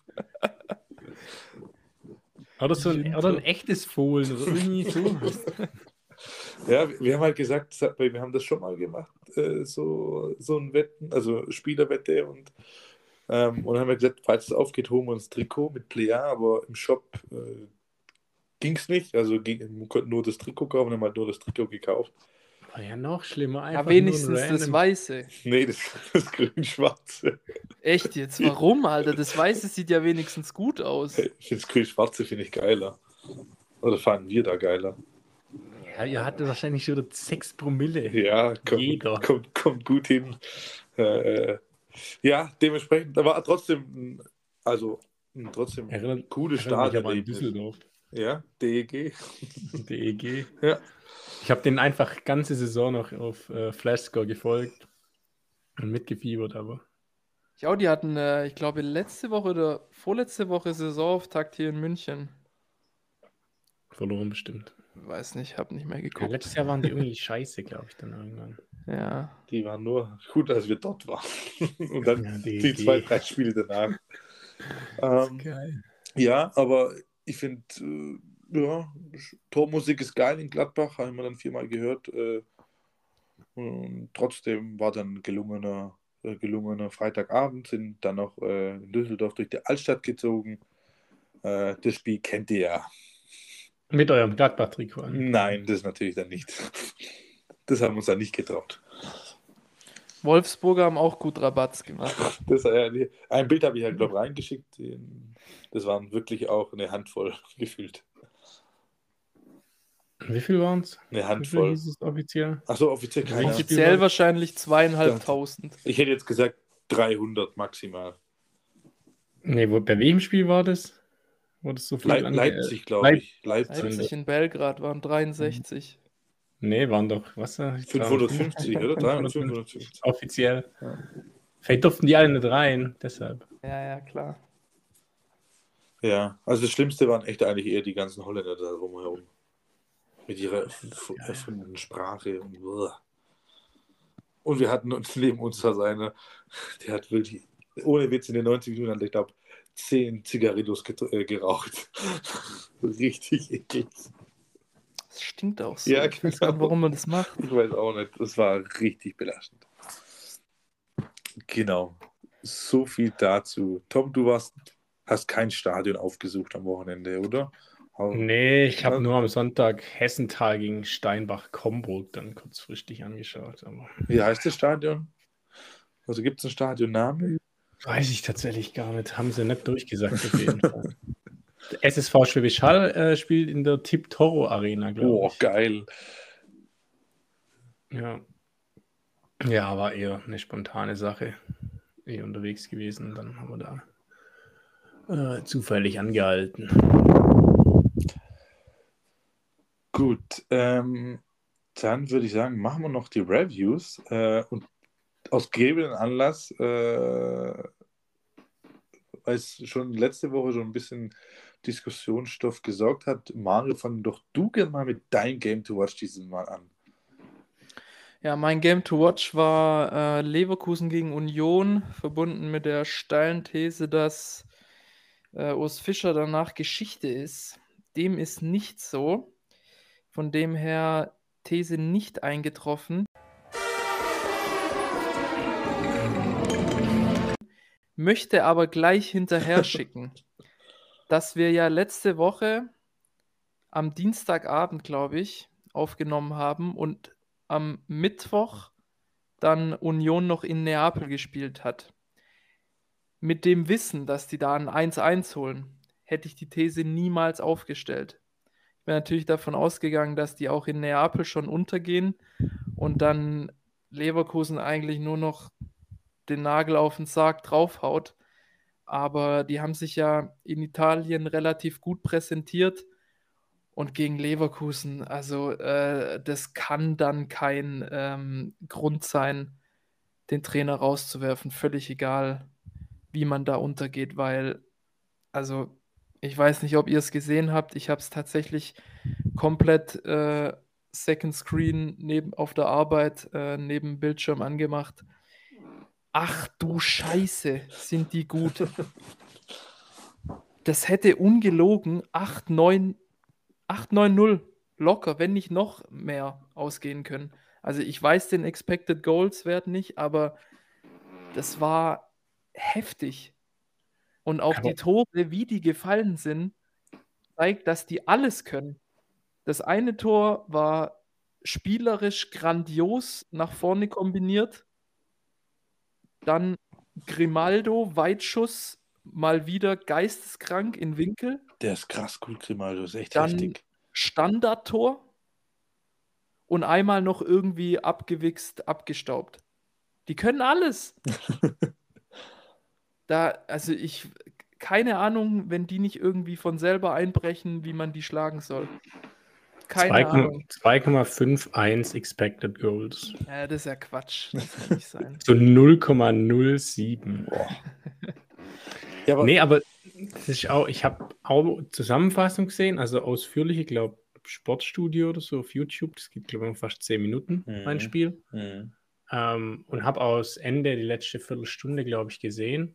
Oder so ein, Jünter. oder ein echtes Fohlen oder irgendwie so. Ja, wir haben halt gesagt, weil wir haben das schon mal gemacht, äh, so, so ein Wetten, also Spielerwette und, ähm, und dann haben wir gesagt, falls es aufgeht, holen wir uns Trikot mit Plea, aber im Shop äh, ging es nicht, also ging, man konnte nur das Trikot kaufen, haben halt nur das Trikot gekauft. War ja noch schlimmer. Einfach Ja, nur ein wenigstens das random- Weiße. Nee, das, das grün-schwarze. Echt jetzt? Warum, Alter? Das Weiße sieht ja wenigstens gut aus. Ich finde das grün-schwarze finde ich geiler. Oder fanden wir da geiler? Ja, ihr hattet wahrscheinlich schon sechs Promille. Ja, kommt, Jeder. kommt, kommt gut hin. Äh, ja, dementsprechend, da war trotzdem, also ein trotzdem Erinnert, cooles erinnert mich aber an Stadion. Düsseldorf. Ja, D E G. D E G. Ja. Ich habe den einfach ganze Saison noch auf äh, Flashscore gefolgt und mitgefiebert, aber Ja, die hatten, äh, ich glaube, letzte Woche oder vorletzte Woche Saisonauftakt hier in München. verloren bestimmt. Weiß nicht, hab nicht mehr Ja, geguckt. letztes Jahr waren die irgendwie scheiße, glaube ich, dann irgendwann. Ja. Die waren nur gut, als wir dort waren. Und dann Ja, D E die G. zwei, drei Spiele danach. Ähm, Geil. ja, aber ich finde, äh, ja, Tormusik ist geil in Gladbach, haben wir dann viermal gehört. Äh, und trotzdem war dann gelungener, äh, gelungener Freitagabend, sind dann noch äh, in Düsseldorf durch die Altstadt gezogen. Äh, das Spiel kennt ihr ja. Mit eurem Gladbach-Trikot an. Nein, das natürlich dann nicht. Das haben wir uns dann nicht getraut. Wolfsburger haben auch gut Rabatz gemacht. Das, äh, ein Bild habe ich halt, glaube ich, reingeschickt. Das waren wirklich auch eine Handvoll gefühlt. Wie viel waren es? Eine Wie viel Handvoll. hieß es offiziell? Achso, offiziell keine Ahnung. Offiziell wahrscheinlich zweieinhalbtausend. Ich hätte jetzt gesagt dreihundert maximal. Nee, wo, bei welchem Spiel war das? Wo das so viel Le ange- Leipzig, glaube Leip- ich. Leipzig. Leipzig in Belgrad waren dreiundsechzig. Nee, waren doch, was? äh, fünfhundertfünfzig, oder? dreihundert, fünfhundertfünfzig. fünfhundertfünfzig. Offiziell. Vielleicht durften die alle nicht rein, deshalb. Ja, ja, klar. Ja, also das Schlimmste waren echt eigentlich eher die ganzen Holländer da rumherum. Mit ihrer f- erfundenen Sprache. Und, uah. und wir hatten uns neben uns da seine, der hat wirklich, ohne Witz, in den neunzig Minuten, hat, ich glaube, zehn Zigarillos get- äh, geraucht. Richtig eklig. Das stinkt auch so. Ja, Ich weiß genau. gar nicht, warum man das macht. Ich weiß auch nicht. Das war richtig belastend. Genau. So viel dazu. Tom, du warst, hast kein Stadion aufgesucht am Wochenende, oder? Hau- Nee, ich habe nur am Sonntag Hessenthal gegen Steinbach-Komburg dann kurzfristig angeschaut. Aber Wie heißt das Stadion? Also gibt es einen Stadionnamen? weiß ich tatsächlich gar nicht. Haben sie nicht durchgesagt auf jeden Fall. Der S S V Schwäbisch Hall äh, spielt in der Tip-Toro Arena, glaube Oh, ich. geil. Ja. Ja, war eher eine spontane Sache. Eh unterwegs gewesen. Dann haben wir da äh, zufällig angehalten. Gut. Ähm, Dann würde ich sagen, machen wir noch die Reviews äh, und aus gegebenen Anlass, äh, weil es schon letzte Woche schon ein bisschen Diskussionsstoff gesorgt hat. Mario, fang doch du gerne mal mit deinem Game to Watch dieses Mal an. Ja, mein Game to Watch war äh, Leverkusen gegen Union, verbunden mit der steilen These, dass äh, Urs Fischer danach Geschichte ist. Dem ist nicht so. Von dem her These nicht eingetroffen. Möchte aber gleich hinterher schicken, dass wir ja letzte Woche am Dienstagabend, glaube ich, aufgenommen haben und am Mittwoch dann Union noch in Neapel gespielt hat. Mit dem Wissen, dass die da ein eins eins holen, hätte ich die These niemals aufgestellt. Ich bin natürlich davon ausgegangen, dass die auch in Neapel schon untergehen und dann Leverkusen eigentlich nur noch den Nagel auf den Sarg draufhaut. Aber die haben sich ja in Italien relativ gut präsentiert und gegen Leverkusen, also äh, das kann dann kein ähm, Grund sein, den Trainer rauszuwerfen, völlig egal, wie man da untergeht, weil, also ich weiß nicht, ob ihr es gesehen habt, ich habe es tatsächlich komplett äh, Second Screen neben, auf der Arbeit äh, neben dem Bildschirm angemacht. Ach du Scheiße, sind die gut. Das hätte ungelogen acht neun null locker, wenn nicht noch mehr ausgehen können. Also ich weiß den Expected Goals Wert nicht, aber das war heftig. Und auch Aber- die Tore, wie die gefallen sind, zeigt, dass die alles können. Das eine Tor war spielerisch grandios nach vorne kombiniert. Dann Grimaldo, Weitschuss, mal wieder geisteskrank in Winkel. Der ist krass gut, Grimaldo, ist echt Dann heftig. Standardtor und einmal noch irgendwie abgewichst, abgestaubt. Die können alles. Da, also ich, keine Ahnung, wenn die nicht irgendwie von selber einbrechen, wie man die schlagen soll. Keine Ahnung. zwei Komma fünfundfünfzig Expected Goals. Ja, das ist ja Quatsch. Das kann nicht sein. So null Komma null sieben. Ja, aber Nee, aber das ist auch, ich habe auch Zusammenfassung gesehen, also ausführliche, glaube Sportstudio oder so auf YouTube. Das gibt, glaube ich, fast zehn Minuten Mhm. ein Spiel. Mhm. Ähm, und habe aus Ende die letzte Viertelstunde, glaube ich, gesehen.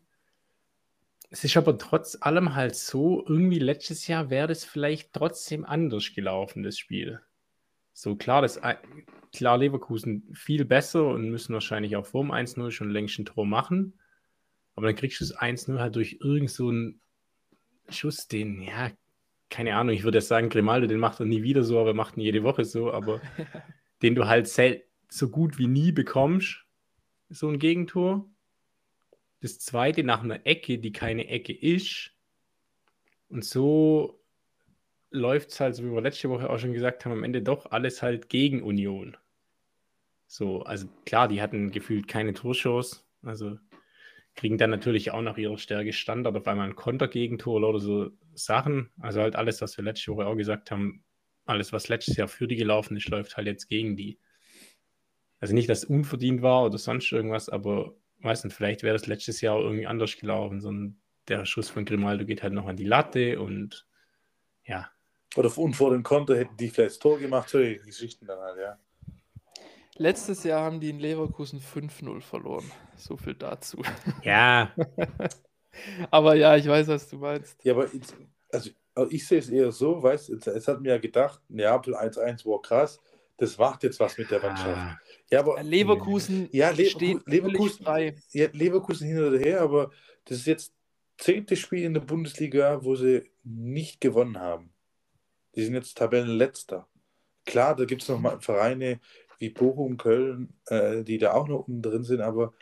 Es ist aber trotz allem halt so, irgendwie letztes Jahr wäre das vielleicht trotzdem anders gelaufen, das Spiel. So klar, das, klar Leverkusen viel besser und müssen wahrscheinlich auch vor dem eins null schon längst ein Tor machen. Aber dann kriegst du das eins null halt durch irgend so einen Schuss, den, ja, keine Ahnung, ich würde jetzt sagen, Grimaldo, den macht er nie wieder so, aber er macht ihn jede Woche so, aber den du halt sel- so gut wie nie bekommst, so ein Gegentor. Das zweite nach einer Ecke, die keine Ecke ist. Und so läuft es halt, so wie wir letzte Woche auch schon gesagt haben, am Ende doch alles halt gegen Union. So, also klar, die hatten gefühlt keine Torschuss, also kriegen dann natürlich auch nach ihrer Stärke Standard auf einmal ein Kontergegentor oder so Sachen. Also halt alles, was wir letzte Woche auch gesagt haben, alles, was letztes Jahr für die gelaufen ist, läuft halt jetzt gegen die. Also nicht, dass es unverdient war oder sonst irgendwas, aber weiß nicht, vielleicht wäre das letztes Jahr auch irgendwie anders gelaufen, sondern der Schuss von Grimaldo geht halt noch an die Latte und ja. Oder und vor dem Konter hätten die vielleicht das Tor gemacht, solche Geschichten dann halt, ja. Letztes Jahr haben die in Leverkusen fünf null verloren. So viel dazu. Ja. Aber ja, ich weiß, was du meinst. Ja, aber jetzt, also ich sehe es eher so, weißt du, es hat mir ja gedacht, Neapel eins eins, wow, krass, das macht jetzt was mit der Mannschaft. Ah. Ja, aber Leverkusen ja, Leverkusen, steht Leverkusen, frei. ja, Leverkusen hin oder her, aber das ist jetzt zehnte Spiel in der Bundesliga, wo sie nicht gewonnen haben. Die sind jetzt Tabellenletzter. Klar, da gibt es noch mal Vereine wie Bochum, Köln, äh, die da auch noch unten drin sind, aber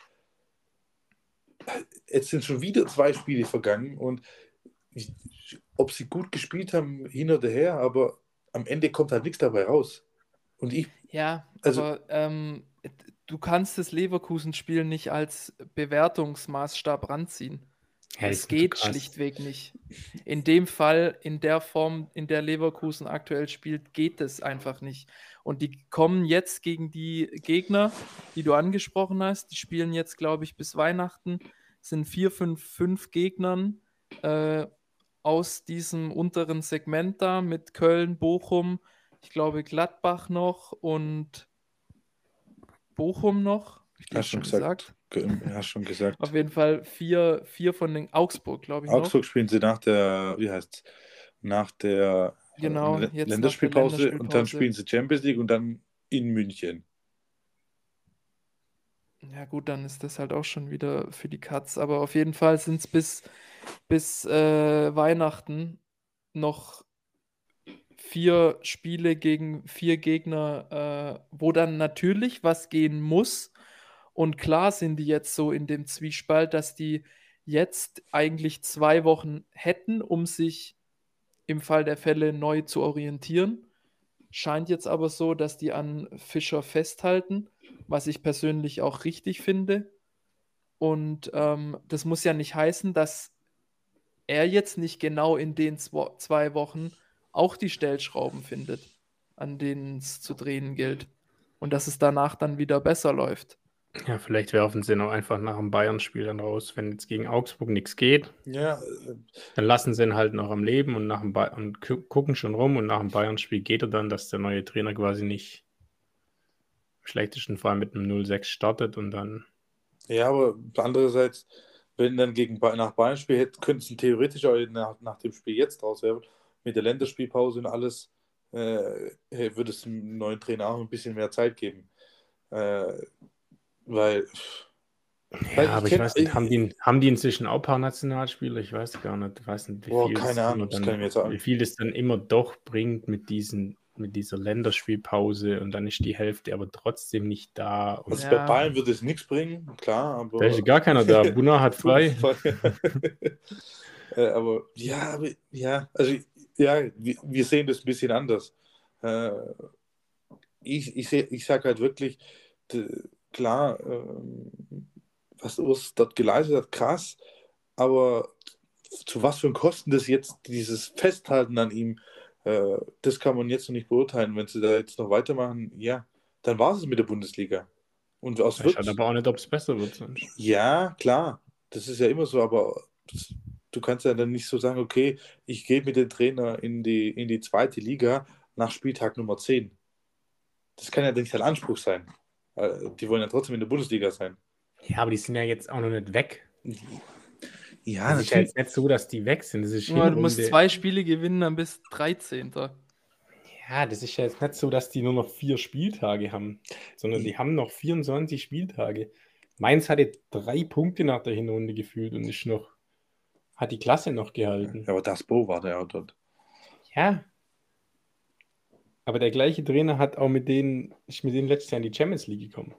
jetzt sind schon wieder zwei Spiele vergangen und ich, ob sie gut gespielt haben, hin oder her, aber am Ende kommt halt nichts dabei raus. Und ich, Ja, Also- aber ähm, du kannst das Leverkusen-Spiel nicht als Bewertungsmaßstab ranziehen. Ja, die Es sind zu geht krass. schlichtweg nicht. In dem Fall, in der Form, in der Leverkusen aktuell spielt, geht es einfach nicht. Und die kommen jetzt gegen die Gegner, die du angesprochen hast. Die spielen jetzt, glaube ich, bis Weihnachten. Es sind vier, fünf, fünf Gegnern äh, aus diesem unteren Segment da mit Köln, Bochum, ich glaube Gladbach noch und Bochum noch. Hab ich die Hast jetzt schon schon gesagt. gesagt? Ge- Hast schon gesagt. Auf jeden Fall vier, vier von den Augsburg, glaube ich, noch. Augsburg spielen sie nach der, wie heißt's, nach der äh, Genau, L- jetzt nach der Länderspielpause und dann Länderspielpause. spielen sie Champions League und dann in München. Ja, gut, dann ist das halt auch schon wieder für die Katz. Aber auf jeden Fall sind es bis, bis äh, Weihnachten noch vier Spiele gegen vier Gegner, äh, wo dann natürlich was gehen muss. Und klar sind die jetzt so in dem Zwiespalt, dass die jetzt eigentlich zwei Wochen hätten, um sich im Fall der Fälle neu zu orientieren. Scheint jetzt aber so, dass die an Fischer festhalten, was ich persönlich auch richtig finde. Und ähm, das muss ja nicht heißen, dass er jetzt nicht genau in den zwo- zwei Wochen auch die Stellschrauben findet, an denen es zu drehen gilt. Und dass es danach dann wieder besser läuft. Ja, vielleicht werfen sie ihn auch einfach nach dem Bayern-Spiel dann raus. Wenn jetzt gegen Augsburg nichts geht, Ja, äh, dann lassen sie ihn halt noch am Leben und, nach dem Ba- und gu- gucken schon rum. Und nach dem Bayern-Spiel geht er dann, dass der neue Trainer quasi nicht im schlechtesten Fall mit einem null sechs startet und dann. ja, aber andererseits, wenn dann gegen Ba- nach Bayern Spiel hätte, könnten sie theoretisch auch nach, nach dem Spiel jetzt rauswerfen. Mit der Länderspielpause und alles, äh, hey, würde es dem neuen Trainer auch ein bisschen mehr Zeit geben. Äh, weil, weil Ja, aber ich kenn- weiß nicht, haben die, haben die inzwischen auch ein paar Nationalspieler? Ich weiß gar nicht. Ich weiß nicht, wie Boah, viel, keine es Ahnung, immer das dann, kann ich mir jetzt sagen. wie viel es dann immer doch bringt mit, diesen, mit dieser Länderspielpause und dann ist die Hälfte aber trotzdem nicht da. Und Also Ja. bei Bayern würde es nichts bringen, klar, aber. da ist gar keiner da. Buna hat frei. äh, aber ja, aber, ja, also ja, wir, wir sehen das ein bisschen anders. Äh, ich ich, seh- ich sage halt wirklich, d- klar, ähm, was Urs dort geleistet hat, krass, aber zu was für einen Kosten das jetzt, dieses Festhalten an ihm, äh, das kann man jetzt noch nicht beurteilen. Wenn sie da jetzt noch weitermachen, ja, dann war es mit der Bundesliga. Und aus Ich weiß Würz- aber auch nicht, ob es besser wird sonst. ja, klar, das ist ja immer so, aber das, du kannst ja dann nicht so sagen, okay, ich gehe mit dem Trainer in die, in die zweite Liga nach Spieltag Nummer zehn. Das kann ja nicht der Anspruch sein. Äh, Die wollen ja trotzdem in der Bundesliga sein. Ja, aber die sind ja jetzt auch noch nicht weg. Ja, Es ist ja jetzt nicht so, dass die weg sind. Das ist Ja, du musst Hinrunde. zwei Spiele gewinnen, dann bist du dreizehnter Ja, das ist ja jetzt nicht so, dass die nur noch vier Spieltage haben, sondern die haben noch vierundzwanzig Spieltage. Mainz hatte drei Punkte nach der Hinrunde gefühlt und ist noch, hat die Klasse noch gehalten. aber das Bo war der auch dort. Ja. Aber der gleiche Trainer hat auch mit denen, ist mit denen letztes Jahr in die Champions League gekommen.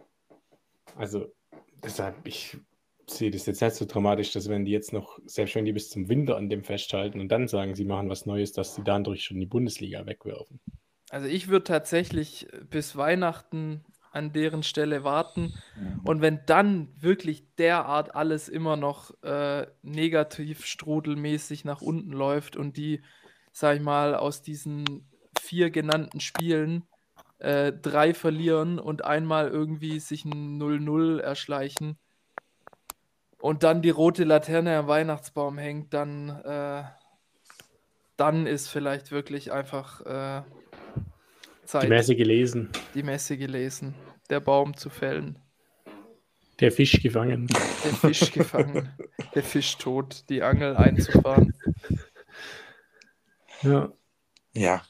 Also, deshalb, ich sehe das jetzt nicht so dramatisch, dass wenn die jetzt noch, selbst wenn die bis zum Winter an dem festhalten und dann sagen, sie machen was Neues, dass sie dadurch schon die Bundesliga wegwerfen. Also ich würde tatsächlich bis Weihnachten an deren Stelle warten. Und wenn dann wirklich derart alles immer noch äh, negativ strudelmäßig nach unten läuft und die, sag ich mal, aus diesen vier genannten Spielen äh, drei verlieren und einmal irgendwie sich ein null null erschleichen und dann die rote Laterne am Weihnachtsbaum hängt, dann, äh, dann ist vielleicht wirklich einfach äh, Zeit, Die Messe gelesen, die Messe gelesen, der Baum zu fällen, der Fisch gefangen. der Fisch gefangen, der Fisch tot, die Angel einzufahren. Ja. Ja.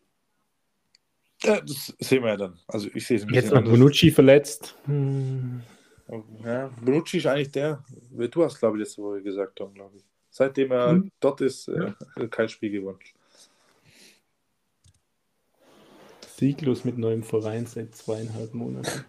Ja, das sehen wir ja dann. Also ich sehe es ein Jetzt bisschen noch anders. Bonucci verletzt. Hm. Ja, Bonucci ist eigentlich der, du hast, glaube ich, letzte Woche gesagt, Tom, glaube ich. Seitdem er Hm. dort ist, äh, kein Spiel gewonnen. Sieglos mit neuem Verein seit zweieinhalb Monaten.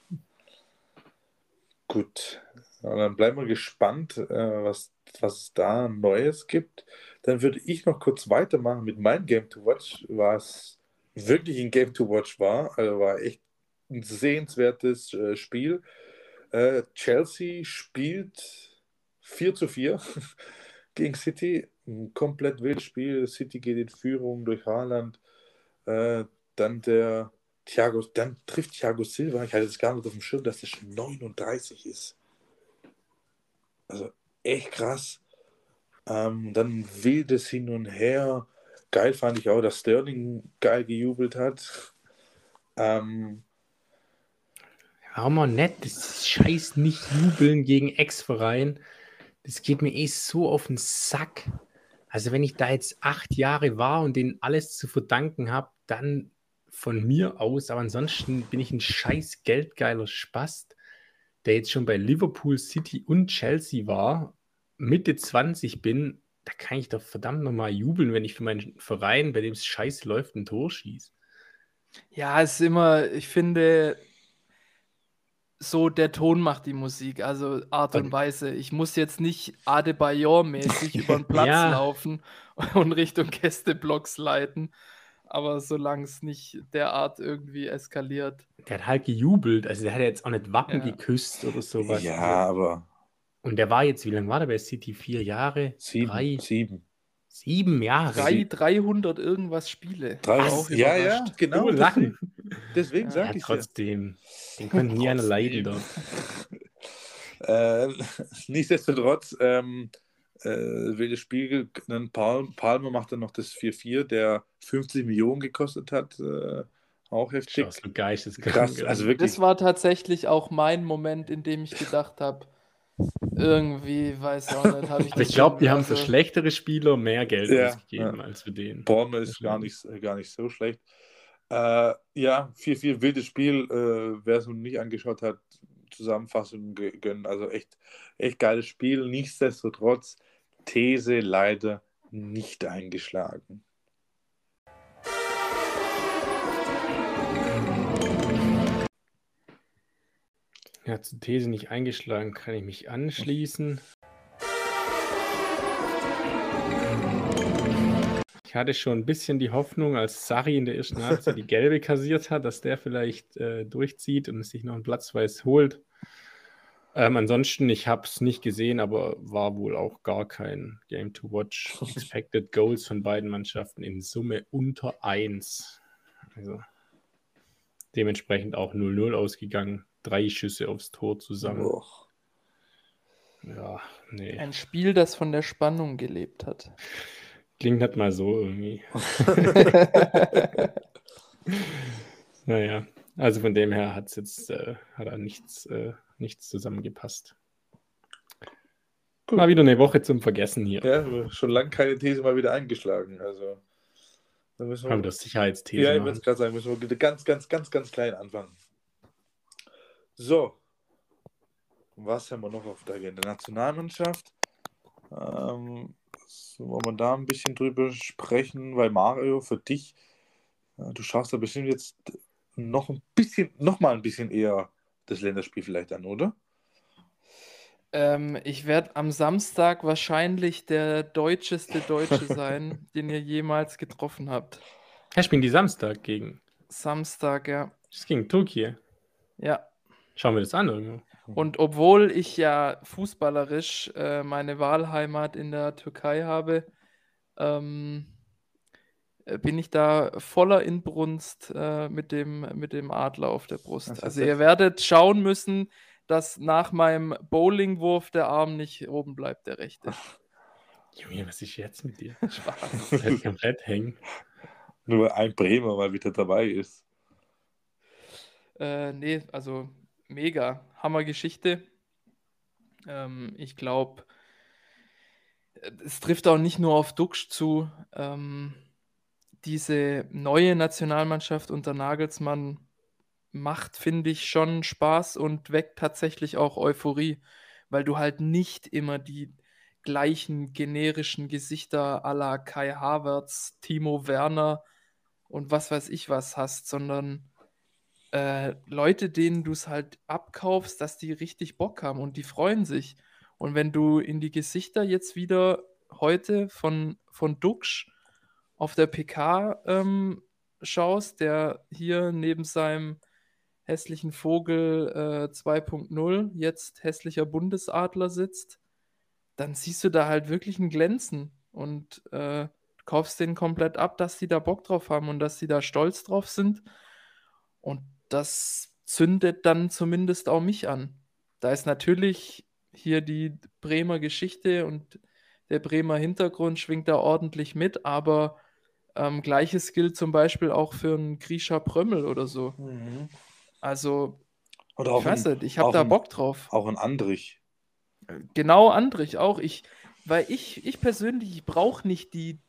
Gut, ja, dann bleiben wir gespannt, äh, was, was es da Neues gibt. Dann würde ich noch kurz weitermachen mit meinem Game to Watch, was wirklich ein Game to Watch war. Also war echt ein sehenswertes äh, Spiel. Äh, Chelsea spielt vier zu vier gegen City. Ein komplett wildes Spiel. City geht in Führung durch Haaland. Äh, dann der Thiago, dann trifft Thiago Silva. Ich hatte das gar nicht auf dem Schirm, dass der schon neununddreißig ist. Also echt krass. Ähm, dann wildes Hin und Her. Geil fand ich auch, dass Sterling geil gejubelt hat. Ähm, Hör mal nett, das ist scheiß nicht jubeln gegen Ex-Verein. Das geht mir eh so auf den Sack. Also wenn ich da jetzt acht Jahre war und denen alles zu verdanken habe, dann von mir aus. Aber ansonsten bin ich ein scheiß geldgeiler Spast, der jetzt schon bei Liverpool, City und Chelsea war, Mitte zwanzig bin. Da kann ich doch verdammt nochmal jubeln, wenn ich für meinen Verein, bei dem es scheiße läuft, ein Tor schieße. Ja, es ist immer, ich finde, so der Ton macht die Musik, also Art und Weise. Ich muss jetzt nicht Adebayor-mäßig über den Platz Ja. laufen und Richtung Gästeblocks leiten, aber solange es nicht derart irgendwie eskaliert. Der hat halt gejubelt, also der hat ja jetzt auch nicht Wappen Ja. geküsst oder sowas. ja, Also, aber und der war jetzt, wie lange war der bei City? Vier Jahre? sieben. Drei? sieben. Sieben Jahre? Drei, dreihundert irgendwas Spiele. Drei, Auch ja, ja, überrascht. genau. So lang. Deswegen, deswegen Ja, sag Ja, ich ja. trotzdem. Den konnte nie einer leiden dort. Äh, nichtsdestotrotz, ähm, äh, wildes Spiel. Dann Palm, Palmer macht dann noch das vier vier, der fünfzig Millionen gekostet hat. Äh, auch heftig. Aus so geisteskrank. Krass, also wirklich. Das war tatsächlich auch mein Moment, in dem ich gedacht habe, irgendwie, weiß auch nicht, habe ich Aber ich das glaube, schon- die haben also- für schlechtere Spieler mehr Geld Ja, ausgegeben ja. als für den. Bournemouth ist gar nicht, gar nicht so schlecht. Äh, ja, vier vier, wildes Spiel. Äh, wer es noch nicht angeschaut hat, Zusammenfassung gönnen. Also echt, echt geiles Spiel. Nichtsdestotrotz, These leider nicht eingeschlagen. Ja, zur These nicht eingeschlagen, kann ich mich anschließen. Ich hatte schon ein bisschen die Hoffnung, als Sarri in der ersten Halbzeit die gelbe kassiert hat, dass der vielleicht äh, durchzieht und sich noch einen Platzweis holt. Ähm, ansonsten, ich habe es nicht gesehen, aber war wohl auch gar kein Game to Watch. Expected Goals von beiden Mannschaften in Summe unter eins. Also dementsprechend auch null null ausgegangen. Drei Schüsse aufs Tor zusammen. Boah. Ja, nee. Ein Spiel, das von der Spannung gelebt hat. Klingt nicht mal so irgendwie. Naja, also von dem her hat's jetzt, äh, hat da nichts, äh, nichts zusammengepasst. Gut. Mal wieder eine Woche zum Vergessen hier. Ja, aber schon lange keine These mal wieder eingeschlagen. Also, da müssen Haben wir wir, das Sicherheitsthese ja, ich machen. würde es gerade sagen, müssen wir wieder ganz, ganz, ganz, ganz klein anfangen. So. Was haben wir noch auf der Agenda? Nationalmannschaft. Ähm, so wollen wir da ein bisschen drüber sprechen, weil Mario, für dich, äh, du schaust da bestimmt jetzt noch ein bisschen, noch mal ein bisschen eher das Länderspiel vielleicht an, oder? Ähm, ich werde am Samstag wahrscheinlich der deutscheste Deutsche sein, den ihr jemals getroffen habt. Ja, spielen die Samstag gegen. Samstag, ja. Das ist gegen Türkei. Ja. Schauen wir das an irgendwo. Und obwohl ich ja fußballerisch äh, meine Wahlheimat in der Türkei habe, ähm, äh, bin ich da voller Inbrunst äh, mit dem, mit dem Adler auf der Brust. Das Also ist ihr jetzt- werdet schauen müssen, dass nach meinem Bowlingwurf der Arm nicht oben bleibt, der rechte. Junge, was ist jetzt mit dir? Spaß. Das bleibt komplett hängen. Nur ein Bremer mal wieder dabei ist. Äh, nee, also mega. Hammergeschichte. Ähm, ich glaube, es trifft auch nicht nur auf Duxch zu. Ähm, diese neue Nationalmannschaft unter Nagelsmann macht, finde ich, schon Spaß und weckt tatsächlich auch Euphorie, weil du halt nicht immer die gleichen generischen Gesichter à la Kai Havertz, Timo Werner und was weiß ich was hast, sondern äh, Leute, denen du es halt abkaufst, dass die richtig Bock haben und die freuen sich. Und wenn du in die Gesichter jetzt wieder heute von, von Duxch auf der P K ähm, schaust, der hier neben seinem hässlichen Vogel äh, zwei Punkt null jetzt hässlicher Bundesadler sitzt, dann siehst du da halt wirklich ein Glänzen und äh, du kaufst denen komplett ab, dass die da Bock drauf haben und dass sie da stolz drauf sind. Und das zündet dann zumindest auch mich an. Da ist natürlich hier die Bremer Geschichte und der Bremer Hintergrund schwingt da ordentlich mit, aber ähm, Gleiches gilt zum Beispiel auch für einen Grisha Prömmel oder so. Mhm. Also, Oder ich auch weiß ein, nicht, ich habe auch da ein, Bock drauf. auch ein Andrich. Genau Andrich auch. Ich, weil ich, ich persönlich, ich brauche nicht die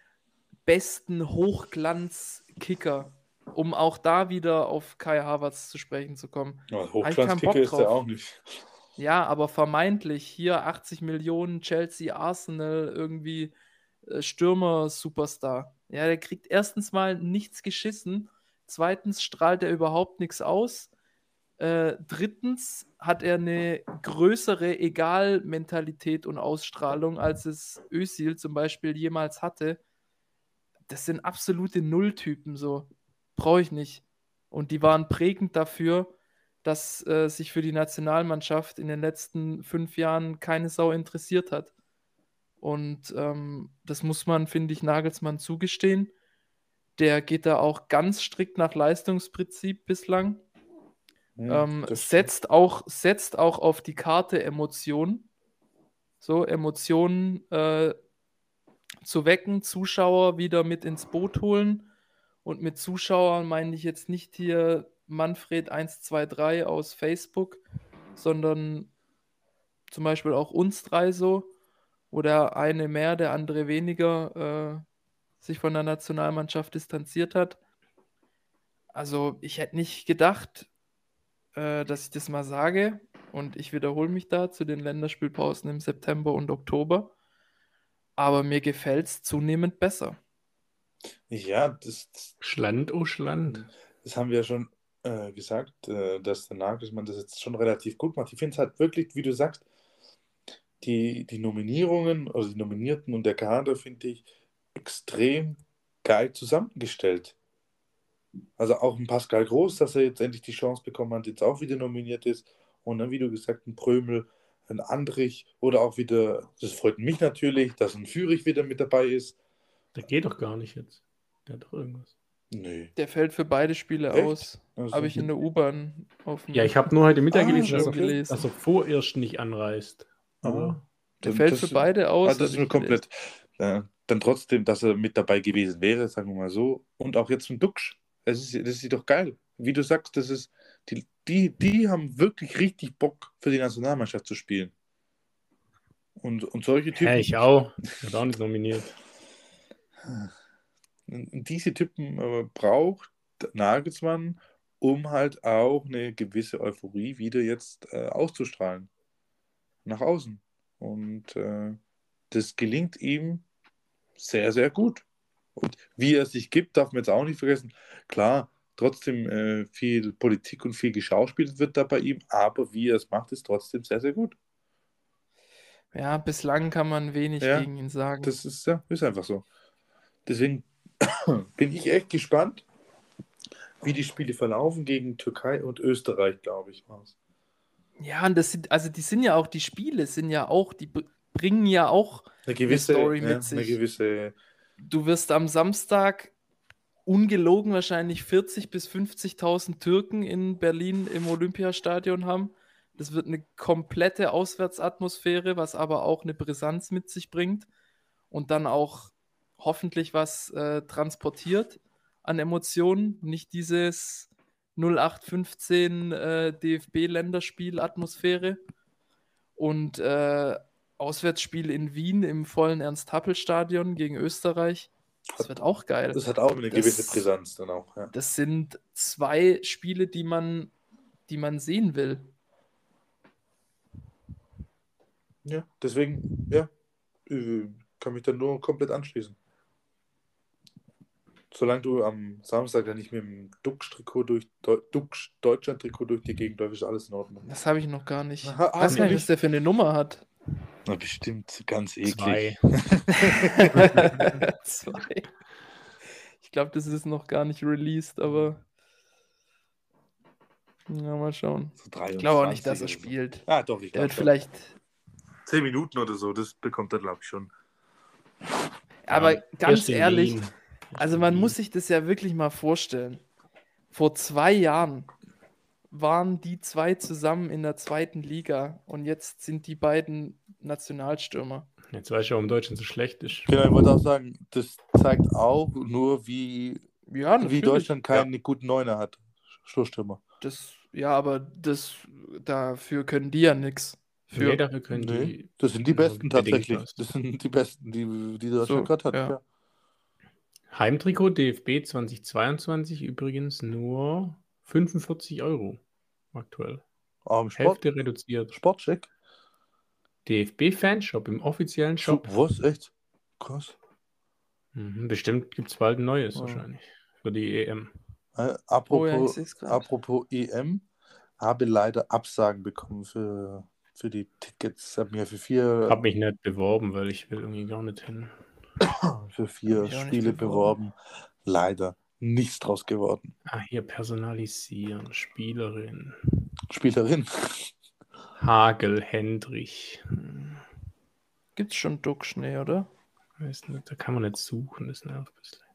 besten Hochglanz-Kicker, um auch da wieder auf Kai Havertz zu sprechen zu kommen. Ja, Habe ich keinen Hochglanzkicker Bock ist der drauf. auch nicht. Ja, aber vermeintlich hier achtzig Millionen Chelsea, Arsenal, irgendwie äh, Stürmer-Superstar. Ja, der kriegt erstens mal nichts geschissen. Zweitens strahlt er überhaupt nichts aus. Äh, drittens hat er eine größere Egal-Mentalität und Ausstrahlung, als es Özil zum Beispiel jemals hatte. Das sind absolute Nulltypen so. Brauche ich nicht. Und die waren prägend dafür, dass äh, sich für die Nationalmannschaft in den letzten fünf Jahren keine Sau interessiert hat. Und ähm, das muss man, finde ich, Nagelsmann zugestehen. Der geht da auch ganz strikt nach Leistungsprinzip bislang. Hm, Ähm, das stimmt. setzt, auch, setzt auch auf die Karte Emotionen. So, Emotionen äh, zu wecken, Zuschauer wieder mit ins Boot holen. Und mit Zuschauern meine ich jetzt nicht hier Manfred eins zwei drei aus Facebook, sondern zum Beispiel auch uns drei so, wo der eine mehr, der andere weniger äh, sich von der Nationalmannschaft distanziert hat. Also ich hätte nicht gedacht, äh, dass ich das mal sage und ich wiederhole mich da zu den Länderspielpausen im September und Oktober. Aber mir gefällt es zunehmend besser. Ja, das, das, Schland, oh Schland. das haben wir ja schon äh, gesagt, äh, dass der Nagelsmann das jetzt schon relativ gut macht. Ich finde es halt wirklich, wie du sagst, die, die Nominierungen, also die Nominierten und der Kader finde ich extrem geil zusammengestellt. Also auch ein Pascal Groß, dass er jetzt endlich die Chance bekommen hat, jetzt auch wieder nominiert ist. Und dann, wie du gesagt, ein Prömel, ein Andrich oder auch wieder, das freut mich natürlich, dass ein Fürich wieder mit dabei ist. Der geht doch gar nicht jetzt. Der hat doch irgendwas. Nö. Der fällt für beide Spiele Echt? aus. Also, Habe ich in der U-Bahn auf dem Ja, ich habe nur heute Mittag Ah, gelesen, dass Schirm er, gelesen. dass er vorerst nicht anreist. Aber ah, Der dann- fällt das- für beide aus. Ah, das hab ist ich mir gelesen. komplett. Äh, dann trotzdem, dass er mit dabei gewesen wäre, sagen wir mal so. Und auch jetzt ein Duxch. Das ist, das ist doch geil. Wie du sagst, das ist, die, die, die haben wirklich richtig Bock für die Nationalmannschaft zu spielen. Und, und solche Typen. Hä, ich auch. Ich habe auch nicht nominiert. Diese Typen äh, braucht Nagelsmann, um halt auch eine gewisse Euphorie wieder jetzt äh, auszustrahlen. Nach außen. Und äh, das gelingt ihm sehr, sehr gut. Und wie er sich gibt, darf man jetzt auch nicht vergessen. Klar, trotzdem äh, viel Politik und viel geschauspielt wird da bei ihm, aber wie er es macht, ist trotzdem sehr, sehr gut. Ja, bislang kann man wenig Ja, gegen ihn sagen. Das ist, ja, ist einfach so. Deswegen bin ich echt gespannt, wie die Spiele verlaufen gegen Türkei und Österreich, glaube ich. war's. Ja, und das sind, also die sind ja auch, die Spiele sind ja auch, die br- bringen ja auch Eine gewisse, Story ja, mit eine sich. gewisse, Du wirst am Samstag ungelogen wahrscheinlich vierzigtausend bis fünfzigtausend Türken in Berlin im Olympiastadion haben. Das wird eine komplette Auswärtsatmosphäre, was aber auch eine Brisanz mit sich bringt und dann auch hoffentlich was äh, transportiert an Emotionen. Nicht dieses null acht fünfzehn äh, D F B-Länderspiel-Atmosphäre. Und äh, Auswärtsspiel in Wien im vollen Ernst-Happel-Stadion gegen Österreich. Das wird auch geil. das hat auch eine Das- gewisse Brisanz dann auch. Ja. Das sind zwei Spiele, die man, die man sehen will. Ja, deswegen, ja, äh, kann mich dann nur komplett anschließen. Solange du am Samstag dann nicht mit dem Duxch-Trikot durch Deu- Duxch Deutschland-Trikot durch die Gegend läufst, ist alles in Ordnung. Das habe ich noch gar nicht. Ha- Ich hast weiß du gar nicht, nicht? was der für eine Nummer hat. Na, bestimmt ganz eklig. Zwei. Zwei. Ich glaube, das ist noch gar nicht released, aber ja, mal schauen. So Ich glaube auch nicht, dass er dreiundzwanzig oder so. spielt. Ah, doch, ich Der glaube wird schon. vielleicht zehn Minuten oder so, das bekommt er, glaube ich, schon. Aber Ja, ganz erst in ehrlich, Wien. Erst also in man Wien. muss sich das ja wirklich mal vorstellen. Vor zwei Jahren waren die zwei zusammen in der zweiten Liga und jetzt sind die beiden Nationalstürmer. Jetzt weiß ich, warum Deutschland so schlecht ist. Genau, ich wollte auch sagen, das zeigt auch nur, wie, Ja, wie natürlich. Deutschland keinen guten Neuner hat. Stoßstürmer. Das, ja, aber das, dafür können die ja nichts. Nee, Für dafür können Nee, die das sind die nur Besten bedingt tatsächlich. was. Das sind die Besten, die, die Deutschland So, gerade hat. ja. Ja. Heimtrikot D F B zweitausendzweiundzwanzig übrigens nur fünfundvierzig Euro aktuell. Aber im Sport, Hälfte reduziert. Sportcheck. D F B-Fanshop im offiziellen Shop. Was? Echt? Krass. Mhm, bestimmt gibt es bald ein neues Ja. wahrscheinlich für die E M. Äh, Oh ja, ich apropos, sehe es gerade. apropos E M, habe leider Absagen bekommen für, für die Tickets. Ich habe mir für vier, Hab mich nicht beworben, weil ich will irgendwie gar nicht hin. für vier mich auch nicht Spiele beworben. beworben. Leider nichts draus geworden. Ah, hier personalisieren, Spielerin. Spielerin. Hagel Hendrich. Hm, Gibt's schon Duckschnee, oder? weiß nicht, da kann man nicht suchen, das nervt ein bisschen.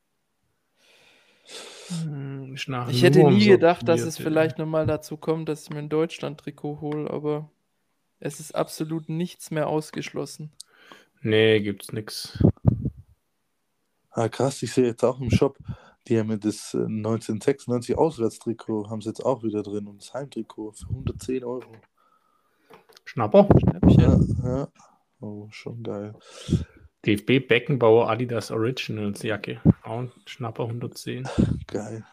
Hm, ist nach Ich hätte Nummern nie gedacht, dass sortiert, es ja. vielleicht nochmal dazu kommt, dass ich mir ein Deutschland-Trikot hole, aber es ist absolut nichts mehr ausgeschlossen. Nee, gibt's nix. Ah, krass, ich sehe jetzt auch im Shop, die haben mir das äh, neunzehnhundertsechsundneunzig Auswärtstrikot, haben sie jetzt auch wieder drin und das Heimtrikot für hundertzehn Euro. Schnapper. Schnäppchen. Ja, ja. Oh, schon geil. D F B Beckenbauer Adidas Originals Jacke. Auch ein Schnapper hundertzehn. Geil.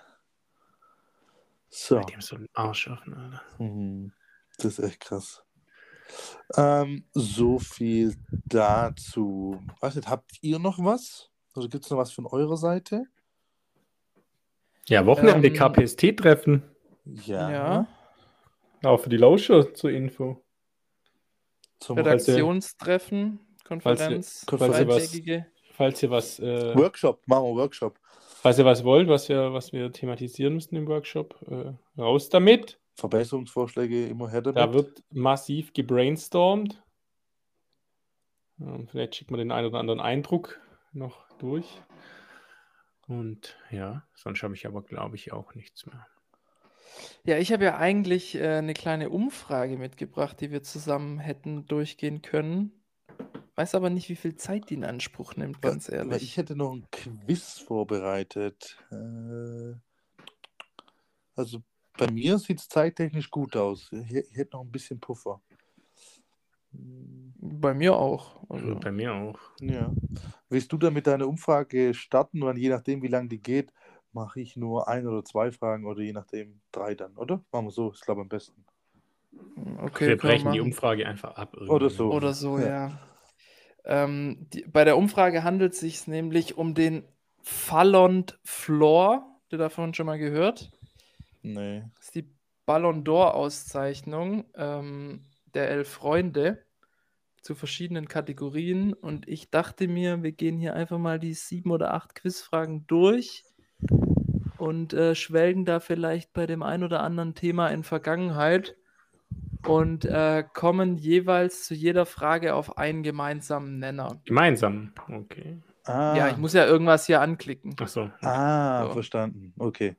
So. Die haben so einen Arsch offen, Alter. Mhm. Das ist echt krass. Ähm, so viel dazu. Weiß nicht, habt ihr noch was? Also gibt es noch was von eurer Seite? Ja, Wochenende Ähm, K P S T-Treffen. Ja. Ja. Auch für die Lauscher zur Info. Zum Falls ihr- Redaktionstreffen, Konferenz, Konferenz. Falls ihr was, zweitägige. falls ihr was, äh, Workshop, machen wir Workshop. falls ihr was wollt, was wir, was wir thematisieren müssen im Workshop, äh, raus damit. Verbesserungsvorschläge immer her damit. Da wird massiv gebrainstormt. Ähm, vielleicht schickt man den einen oder anderen Eindruck noch durch. Und ja, sonst habe ich aber, glaube ich, auch nichts mehr. Ja, ich habe ja eigentlich äh, eine kleine Umfrage mitgebracht, die wir zusammen hätten durchgehen können. Weiß aber nicht, wie viel Zeit die in Anspruch nimmt, ganz Weil ehrlich. ich hätte noch ein Quiz vorbereitet. Äh, also bei mir sieht es zeittechnisch gut aus. Ich, ich hätte noch ein bisschen Puffer. Bei mir auch. Also, Und bei mir auch. Ja. Willst du dann mit deiner Umfrage starten? Und je nachdem, wie lange die geht, mache ich nur ein oder zwei Fragen oder je nachdem drei dann, oder? Machen wir so, ist glaube ich am besten. okay, wir können brechen die machen. Umfrage einfach ab. Oder irgendwann. so. Oder so, ja. Ja. Ähm, die, bei der Umfrage handelt es sich nämlich um den Fallon Floor. Habt ihr davon schon mal gehört? Nee. Das ist die Ballon d'Or-Auszeichnung ähm, der elf Freunde zu verschiedenen Kategorien. Und ich dachte mir, wir gehen hier einfach mal die sieben oder acht Quizfragen durch und äh, schwelgen da vielleicht bei dem ein oder anderen Thema in Vergangenheit und äh, kommen jeweils zu jeder Frage auf einen gemeinsamen Nenner. Gemeinsam. Okay. Ah, Ja, ich muss ja irgendwas hier anklicken. Achso. ah So. verstanden. Okay.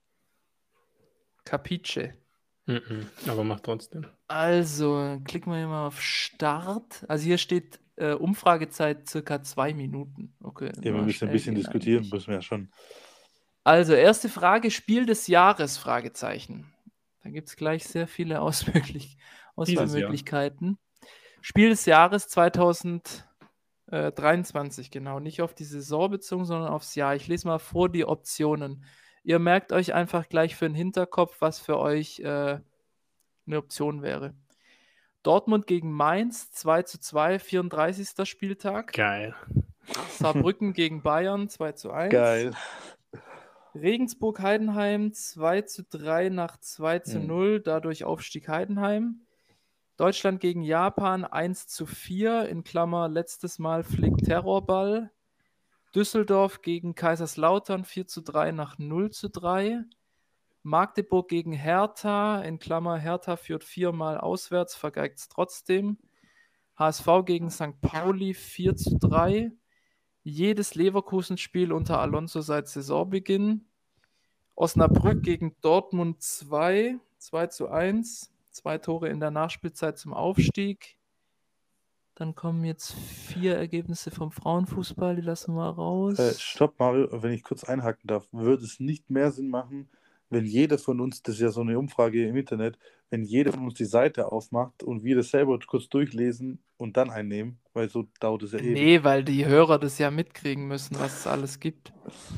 Capiche. Mhm. Aber macht trotzdem. Also, klicken wir hier mal auf Start. Also hier steht äh, Umfragezeit circa zwei Minuten. Okay. Ja, wir mal müssen ein schnell bisschen gehen diskutieren, eigentlich. müssen wir ja schon. Also, erste Frage, Spiel des Jahres, Fragezeichen. Da gibt es gleich sehr viele Ausmöglich Auswahlmöglichkeiten. Spiel des Jahres zweitausenddreiundzwanzig, genau. Nicht auf die Saison bezogen, sondern aufs Jahr. Ich lese mal vor die Optionen. Ihr merkt euch einfach gleich für den Hinterkopf, was für euch äh, eine Option wäre. Dortmund gegen Mainz, zwei zu zwei, vierunddreißigster Spieltag. Geil. Saarbrücken gegen Bayern, zwei zu eins. Geil. Regensburg-Heidenheim, zwei zu drei nach zwei zu null, dadurch Aufstieg Heidenheim. Deutschland gegen Japan, eins zu vier, in Klammer, letztes Mal fliegt Terrorball. Düsseldorf gegen Kaiserslautern, vier zu drei nach null zu drei. Magdeburg gegen Hertha, in Klammer, Hertha führt viermal auswärts, vergeigt es trotzdem. H S V gegen Sankt Pauli vier zu drei. Jedes Leverkusen-Spiel unter Alonso seit Saisonbeginn. Osnabrück gegen Dortmund zwei, zwei zu eins. Zwei Tore in der Nachspielzeit zum Aufstieg. Dann kommen jetzt vier Ergebnisse vom Frauenfußball, die lassen wir raus. Äh, stopp, Mario, wenn ich kurz einhaken darf. Würde es nicht mehr Sinn machen, wenn jeder von uns, das ist ja so eine Umfrage im Internet, wenn jeder von uns die Seite aufmacht und wir das selber kurz durchlesen und dann einnehmen, weil so dauert es ja ewig. Nee, weil die Hörer das ja mitkriegen müssen, was es alles gibt.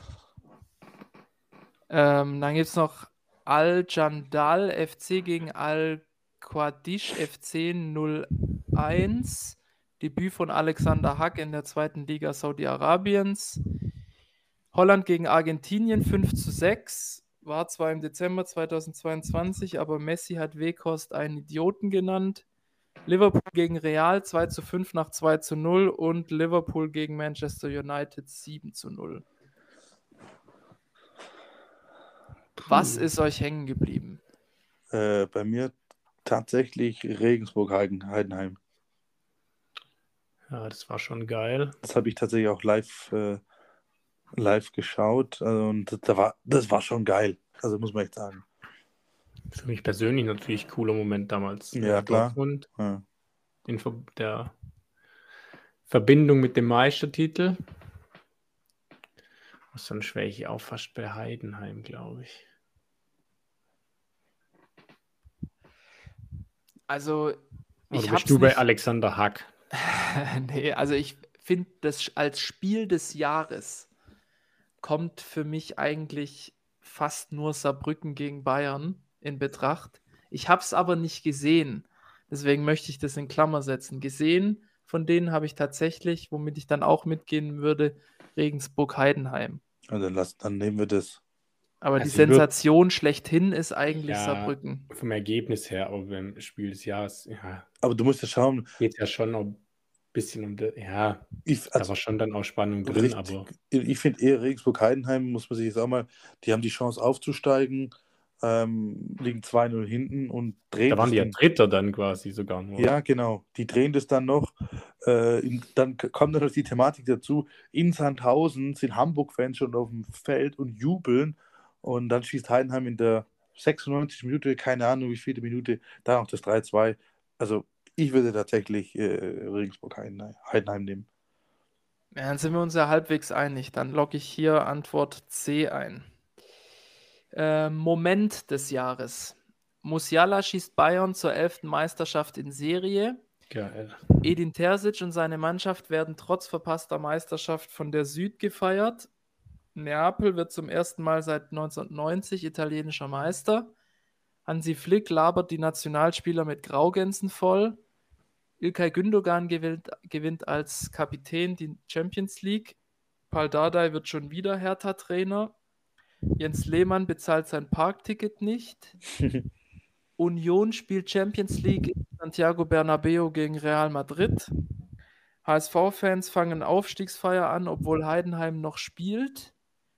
Ähm, dann gibt es noch Al-Jandal F C gegen Al-Qadish F C null eins. Debüt von Alexander Hack in der zweiten Liga Saudi-Arabiens. Holland gegen Argentinien fünf zu sechs. War zwar im Dezember zweitausendzweiundzwanzig, aber Messi hat Weghorst einen Idioten genannt. Liverpool gegen Real zwei zu fünf nach zwei zu null und Liverpool gegen Manchester United sieben zu null. Was ist euch hängen geblieben? Äh, bei mir tatsächlich Regensburg-Heidenheim. Ja, das war schon geil. Das habe ich tatsächlich auch live, äh, live geschaut. Also, und das war, das war schon geil. Also muss man echt sagen. Für mich persönlich natürlich cooler Moment damals. Ja, äh, klar. Dortmund, Ja. in Ver- der Verbindung mit dem Meistertitel. Und dann schwäre ich auch fast bei Heidenheim, glaube ich. Also, Oder ich bist hab's du bei nicht... Alexander Hack? Nee, also ich finde, das als Spiel des Jahres kommt für mich eigentlich fast nur Saarbrücken gegen Bayern in Betracht. Ich habe es aber nicht gesehen. Deswegen möchte ich das in Klammer setzen. Gesehen von denen habe ich tatsächlich, womit ich dann auch mitgehen würde, Regensburg-Heidenheim. Also dann, lass, dann nehmen wir das. Aber die Also ich würd- Sensation schlechthin ist eigentlich Ja, Saarbrücken. vom Ergebnis her, aber beim Spiel des Jahres, ja, Aber du musst ja schauen, geht es ja schon noch ein bisschen um, die, ja, ich, da also, war schon dann auch Spannung drin, richtig, aber ich finde eher Regensburg-Heidenheim, muss man sich jetzt auch mal, die haben die Chance aufzusteigen, ähm, liegen zwei null hinten und drehen da waren das die ja dann. Dritter dann quasi sogar nur. Ja, genau. Die drehen das dann noch. Äh, in, dann k- kommt dann noch die Thematik dazu. In Sandhausen sind Hamburg-Fans schon auf dem Feld und jubeln. Und dann schießt Heidenheim in der sechsundneunzigsten Minute, keine Ahnung wie viele Minute, dann noch das drei zwei. Also ich würde tatsächlich äh, Regensburg-Heidenheim Heidenheim nehmen. Ja, dann sind wir uns ja halbwegs einig. Dann logge ich hier Antwort C ein. Äh, Moment des Jahres. Musiala schießt Bayern zur elften Meisterschaft in Serie. Geil. Edin Terzic und seine Mannschaft werden trotz verpasster Meisterschaft von der Süd gefeiert. Neapel wird zum ersten Mal seit neunzehnhundertneunzig italienischer Meister. Hansi Flick labert die Nationalspieler mit Graugänsen voll. Ilkay Gündogan gewinnt, gewinnt als Kapitän die Champions League. Paul Dardai wird schon wieder Hertha-Trainer. Jens Lehmann bezahlt sein Parkticket nicht. Union spielt Champions League in Santiago Bernabeu gegen Real Madrid. H S V-Fans fangen Aufstiegsfeier an, obwohl Heidenheim noch spielt.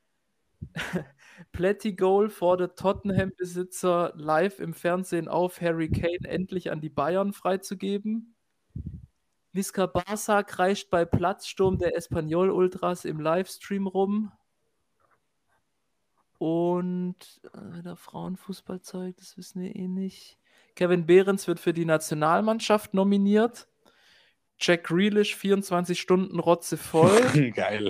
Plätti-Goal fordert Tottenham-Besitzer live im Fernsehen auf, Harry Kane endlich an die Bayern freizugeben. Visca Barça kreischt bei Platzsturm der Espanyol-Ultras im Livestream rum. Und äh, der Frauenfußballzeug, das wissen wir eh nicht. Kevin Behrens wird für die Nationalmannschaft nominiert. Jack Grealish, vierundzwanzig Stunden Rotze voll. Geil.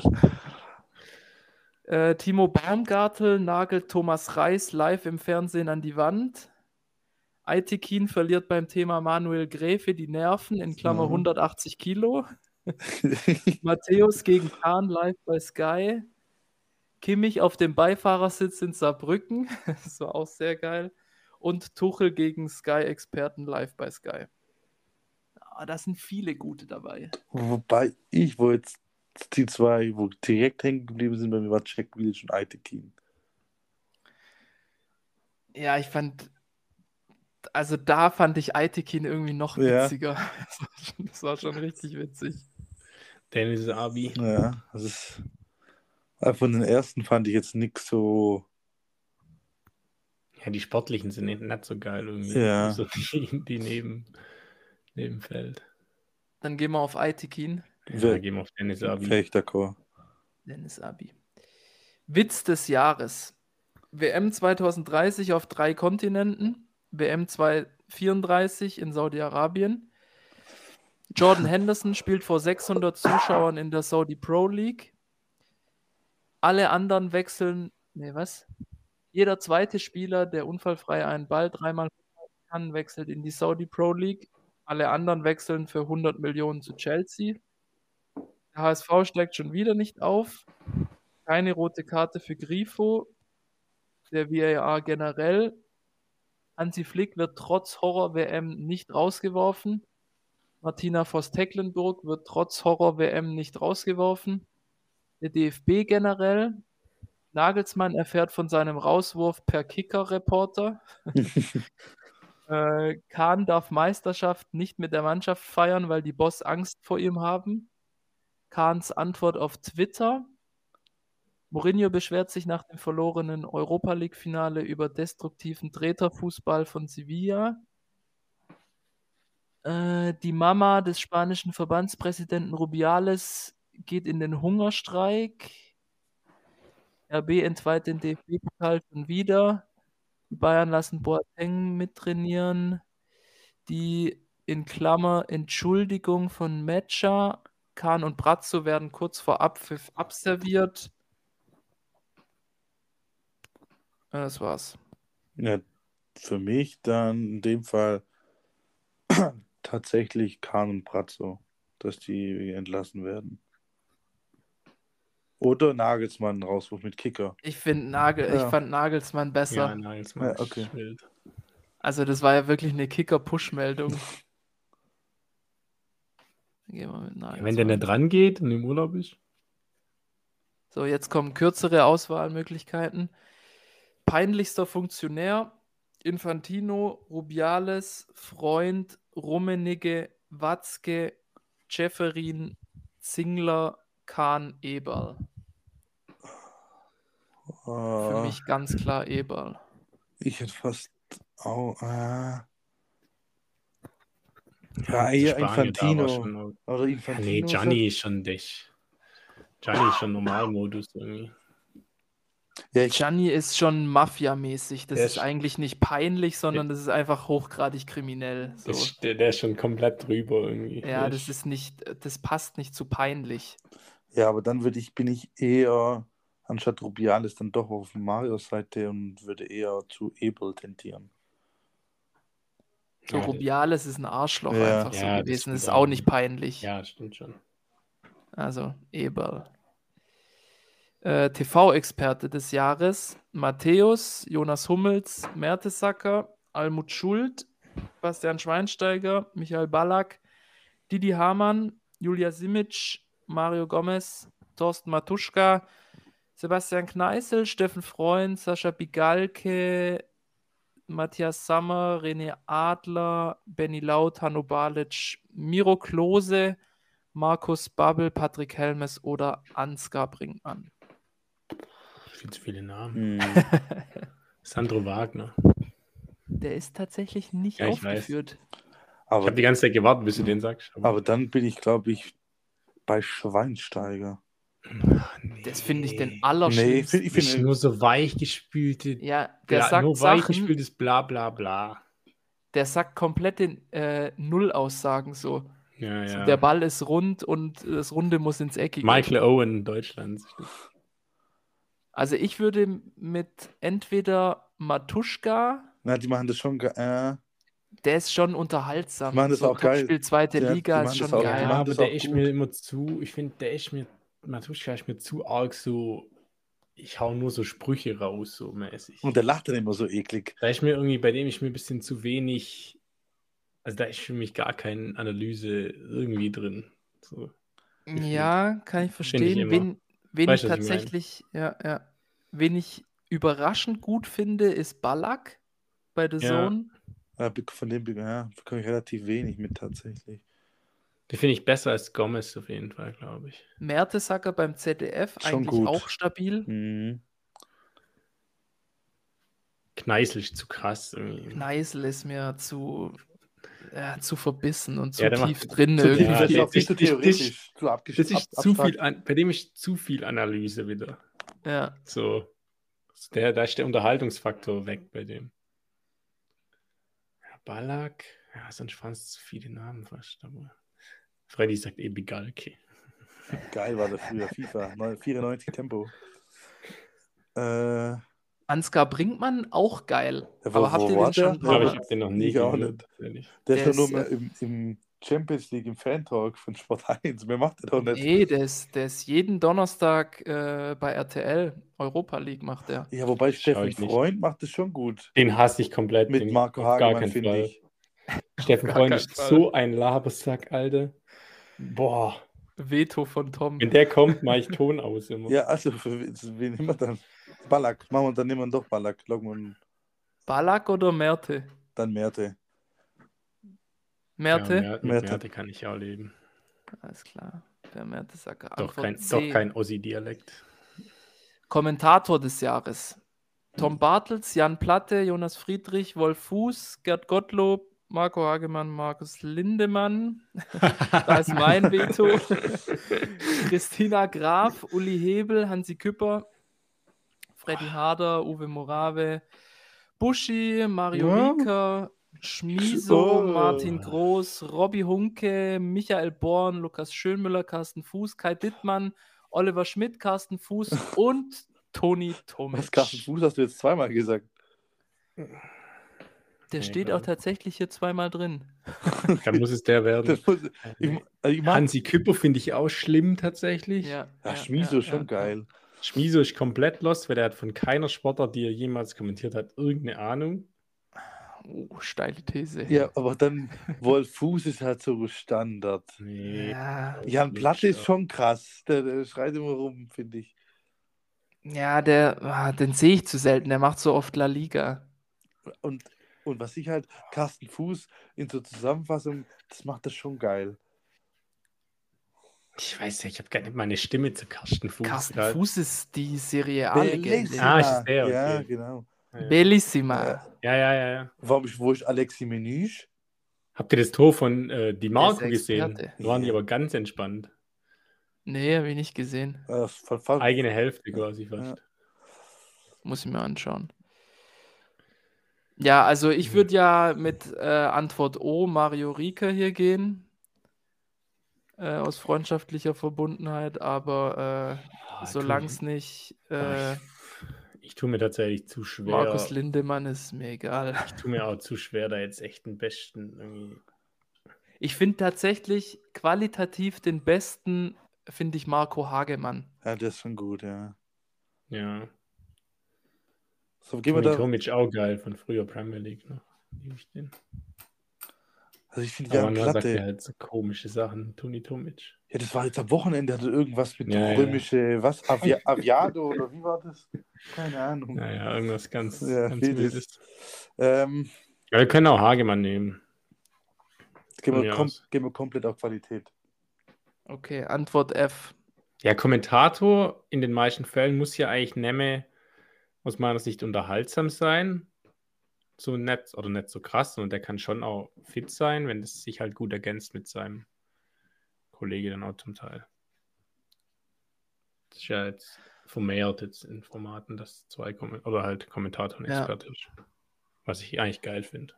Äh, Timo Baumgartel nagelt Thomas Reis live im Fernsehen an die Wand. Aitekin verliert beim Thema Manuel Gräfe die Nerven, in Klammer Mhm. hundertachtzig Kilo. Matthäus gegen Kahn live bei Sky. Kimmich auf dem Beifahrersitz in Saarbrücken. Das war auch sehr geil. Und Tuchel gegen Sky-Experten live bei Sky. Ah, da sind viele gute dabei. Wobei ich, wo jetzt die zwei, wo direkt hängen geblieben sind, bei mir war Jack Grealish und Aitekin. Ja, ich fand, also da fand ich Aitekin irgendwie noch Ja. witziger. Das war schon, das war schon richtig witzig. Dennis Abi. Ja, das ist. Aber von den ersten fand ich jetzt nichts so. Ja, die sportlichen sind nicht, nicht so geil irgendwie. Ja. So die, die neben, neben Feld. Dann gehen wir auf Aitikin. Ja, Wer- gehen wir auf Dennis Abi. Wäre ich d'accord. Dennis Abi. Witz des Jahres. W M zwanzig dreißig auf drei Kontinenten. W M zweitausendvierunddreißig in Saudi-Arabien. Jordan Henderson spielt vor sechshundert Zuschauern in der Saudi Pro League. Alle anderen wechseln, nee, was? Jeder zweite Spieler, der unfallfrei einen Ball dreimal kann, wechselt in die Saudi Pro League. Alle anderen wechseln für hundert Millionen zu Chelsea. Der H S V steigt schon wieder nicht auf. Keine rote Karte für Grifo. Der V A R generell. Hansi Flick wird trotz Horror-W M nicht rausgeworfen. Martina Voss-Tecklenburg wird trotz Horror-W M nicht rausgeworfen. Der D F B generell. Nagelsmann erfährt von seinem Rauswurf per Kicker-Reporter. äh, Kahn darf Meisterschaft nicht mit der Mannschaft feiern, weil die Boss Angst vor ihm haben. Kahns Antwort auf Twitter. Mourinho beschwert sich nach dem verlorenen Europa-League-Finale über destruktiven Treterfußball von Sevilla. Äh, die Mama des spanischen Verbandspräsidenten Rubiales geht in den Hungerstreik. R B entweiht den D F B-Pokal schon wieder. Die Bayern lassen Boateng mittrainieren. Die in Klammer Entschuldigung von Metscher, Kahn und Brazzo werden kurz vor Abpfiff abserviert. Ja, das war's. Ja, für mich dann in dem Fall tatsächlich Kahn und Brazzo, dass die entlassen werden. Oder Nagelsmann Rauswurf mit Kicker. Ich finde Nagel, Ja. ich fand Nagelsmann Ja, besser. Nagelsmann Ja, okay. ist wild. Also das war ja wirklich eine Kicker-Push-Meldung. Gehen wir mit Nagelsmann. Wenn der nicht dran geht und im Urlaub ist. So, jetzt kommen kürzere Auswahlmöglichkeiten. Peinlichster Funktionär: Infantino, Rubiales, Freund, Rummenigge, Watzke, Schäferin, Zingler, Kahn, Eberl. Für Äh, mich ganz klar Eberl. Ich hätte fast auch. Äh, ja, Ja, eher Spanien, da war Infantino. schon- Oder Ja, Infantino. nee, Gianni ist schon dich. Gianni ist schon Normalmodus irgendwie. Ja, ich, Gianni ist schon Mafia-mäßig. Das Der ist ist- eigentlich nicht peinlich, sondern das ist einfach hochgradig kriminell. So. Das, der, der ist schon komplett drüber irgendwie. Ja, Der das ist nicht, das passt nicht zu peinlich. ja, aber dann würde ich, bin ich eher, anstatt Rubiales, dann doch auf Marios Seite und würde eher zu Ebel tendieren. So Ja, Rubiales ist ein Arschloch Ja. einfach so Ja, das gewesen. stimmt Das ist auch. auch nicht peinlich. Ja, das stimmt schon. Also Eberl. Äh, T V-Experte des Jahres: Matthäus, Jonas Hummels, Mertesacker, Almut Schuld, Bastian Schweinsteiger, Michael Ballack, Didi Hamann, Julia Simic, Mario Gomez, Thorsten Matuschka, Sebastian Kneißl, Steffen Freund, Sascha Bigalke, Matthias Sammer, René Adler, Benny Laut, Hanno Balic, Miro Klose, Markus Babbel, Patrick Helmes oder Ansgar Brinkmann. Viel zu viele Namen. Hm. Sandro Wagner. Der ist tatsächlich nicht Ja, ich weiß. aufgeführt. Ich Aber, habe die ganze Zeit gewartet, bis du den sagst. aber dann bin ich, glaube ich, bei Schweinsteiger. Ach, nee. Das finde ich den Nee, allerschlimmsten. ich Das ist finde, nur so weichgespülte, Ja, der bla, sagt nur Sachen, weichgespültes Bla bla bla. der sagt komplette äh, Nullaussagen so. Ja, so. ja. Der Ball ist rund und das Runde muss ins Eckige. Michael Owen Deutschlands. Also ich würde mit entweder Matuschka, na, die machen das schon ge- äh, der ist schon unterhaltsam. Die machen das so auch geil. Topspiel zweite Ja, die Liga ist machen schon das auch- Ja, die geil. machen aber das der auch ist gut. mir immer zu, ich finde, der ist mir, Matuschka ist mir zu arg so, ich hau nur so Sprüche raus, so mäßig. und der lacht dann immer so eklig. Da ist mir irgendwie, bei dem ist mir ein bisschen zu wenig, also da ist für mich gar keine Analyse irgendwie drin. So. Ja, kann ich ich verstehen. immer. Wen, wen Weißt ich du, was ich meine? tatsächlich, ja, ja. Wen ich überraschend gut finde, ist Ballack bei The Ja. Zone. Ja, von dem ja, bekomme ich relativ wenig mit tatsächlich. Den finde ich besser als Gomez auf jeden Fall, glaube ich. Mertesacker beim Z D F, Schon eigentlich gut. auch stabil. Mhm. Kneißl ist zu krass irgendwie. Kneißl ist mir zu. äh, zu verbissen und zu Ja, der tief macht- drin Zu irgendwie. tief, das ist auch viel das- zu das- das- theoretisch. Zu abgesch- Das ist ab- zu abstrakt. viel, an, bei dem ist zu viel Analyse wieder. Ja. So, der, da ist der Unterhaltungsfaktor weg bei dem. Ja, Ballack, ja, sonst waren es zu viele Namen fast. Aber Freddy sagt eh Bigalke. Geil war das früher, FIFA, neun- vierundneunzig Tempo. Äh, Ansgar Brinkmann, auch geil. Ja, wo- Aber habt wo ihr war den schon der? ein Ich paar glaube, ich Mal? habe den noch nie Ich auch gehört, nicht. tatsächlich. der Der ist doch nur ist, mehr äh, im, im Champions League, im Fan-Talk von Sport eins. Mehr macht er doch nicht. Nee, der ist, der ist jeden Donnerstag äh, bei R T L. Europa League macht der. Ja, wobei Schau Steffen ich nicht. Freund macht es schon gut. Den hasse ich komplett. Mit den, Marco auf gar Hagemann, keinen finde Fall. ich. Steffen gar Freund keinen ist Fall. so ein Labersack, Alter. Boah, Veto von Tom. wenn der kommt, mache ich Ton aus immer. Ja, also, für wen nehmen wir dann? Ballack. Machen wir, dann nehmen wir doch Ballack. Loggen wir Ballack oder Merte? dann Merte. Merte? Ja, Mer- mit Merte. Merte kann ich auch leben. Alles klar. Der Mertesacker. Doch Antwort kein, C. doch kein Ossi-Dialekt. Kommentator des Jahres. Tom Bartels, Jan Platte, Jonas Friedrich, Wolf Fuß, Gerd Gottlob, Marco Hagemann, Markus Lindemann. Da ist mein Veto. Christina Graf, Uli Hebel, Hansi Küpper, Freddy Harder, Uwe Morave, Buschi, Mario Ja. Rieker, Schmiso, Oh. Martin Groß, Robby Hunke, Michael Born, Lukas Schönmüller, Carsten Fuß, Kai Dittmann, Oliver Schmidt, Carsten Fuß und Toni Tomic. Was, Carsten Fuß hast du jetzt zweimal gesagt? Der Nee, steht klar. auch tatsächlich hier zweimal drin. Dann muss es der werden. Das muss, ich, also ich mag Hansi Küpper finde ich auch schlimm tatsächlich. Ja, ja, Schmiso ist schon ja. geil. Schmiso ist komplett lost, weil der hat von keiner Sportart, die er jemals kommentiert hat, irgendeine Ahnung. Oh, steile These. Ja, aber dann Wolf Fuß ist halt so Standard. Nee. Ja, Jan Platte ist schon krass. Der, der schreit immer rum, finde ich. ja der, ah, den sehe ich zu selten. Der macht so oft La Liga. Und, und was ich halt, Carsten Fuß in so Zusammenfassung, das macht das schon geil. Ich weiß ja, ich habe gar nicht meine Stimme zu Carsten Fuß. Carsten gerade. Fuß ist die Serie A-Legende. Bellissima. Ah, ist der, okay. Ja, genau. Ja, Bellissima. Ja. ja, ja, ja. ja. Warum ich, wo ich Alexi Menüsch? Habt ihr das Tor von äh, Di Marco Der ist gesehen? Experte. Da waren die Ja. aber ganz entspannt. Nee, habe ich nicht gesehen. Äh, von, von, Eigene Hälfte quasi fast. Ja. Muss ich mir anschauen. Ja, also ich Mhm. würde ja mit äh, Antwort O Mario Rieker hier gehen. Äh, aus freundschaftlicher Verbundenheit, aber äh, Ah, solange tu- es nicht Ah, äh, ich, ich tue mir tatsächlich zu schwer. Markus Lindemann ist, mir egal. Ich tue mir auch zu schwer, da jetzt echt den besten irgendwie. Ich finde tatsächlich qualitativ den besten, finde ich Marco Hagemann. ja, der ist schon gut, ja. Ja. So, gehen wir Toni da. Tomic auch geil von früher Premier League noch. Liebe ich den. Also ich finde Aber Jan man sagt ja Platte. halt so komische Sachen. Toni Tomic. Ja, das war jetzt am Wochenende, hatte irgendwas mit Ja, ja. römische, was? Avi Aviado oder wie war das? Keine Ahnung. Naja, irgendwas ganz, Ja, ganz wildes. Wildes. Ähm, Ja, wir können auch Hagemann nehmen. gehen, wir Ja. kom gehen wir komplett auf Qualität. Okay, Antwort F. Ja, Kommentator in den meisten Fällen muss ja eigentlich Nemme aus meiner Sicht unterhaltsam sein. So nett oder nicht so krass. Und der kann schon auch fit sein, wenn es sich halt gut ergänzt mit seinem Kollege dann auch zum Teil. Das ist ja jetzt vermehrt jetzt in Formaten, dass zwei Kom oder halt Kommentator und Ja. Experte ist. Was ich eigentlich geil finde.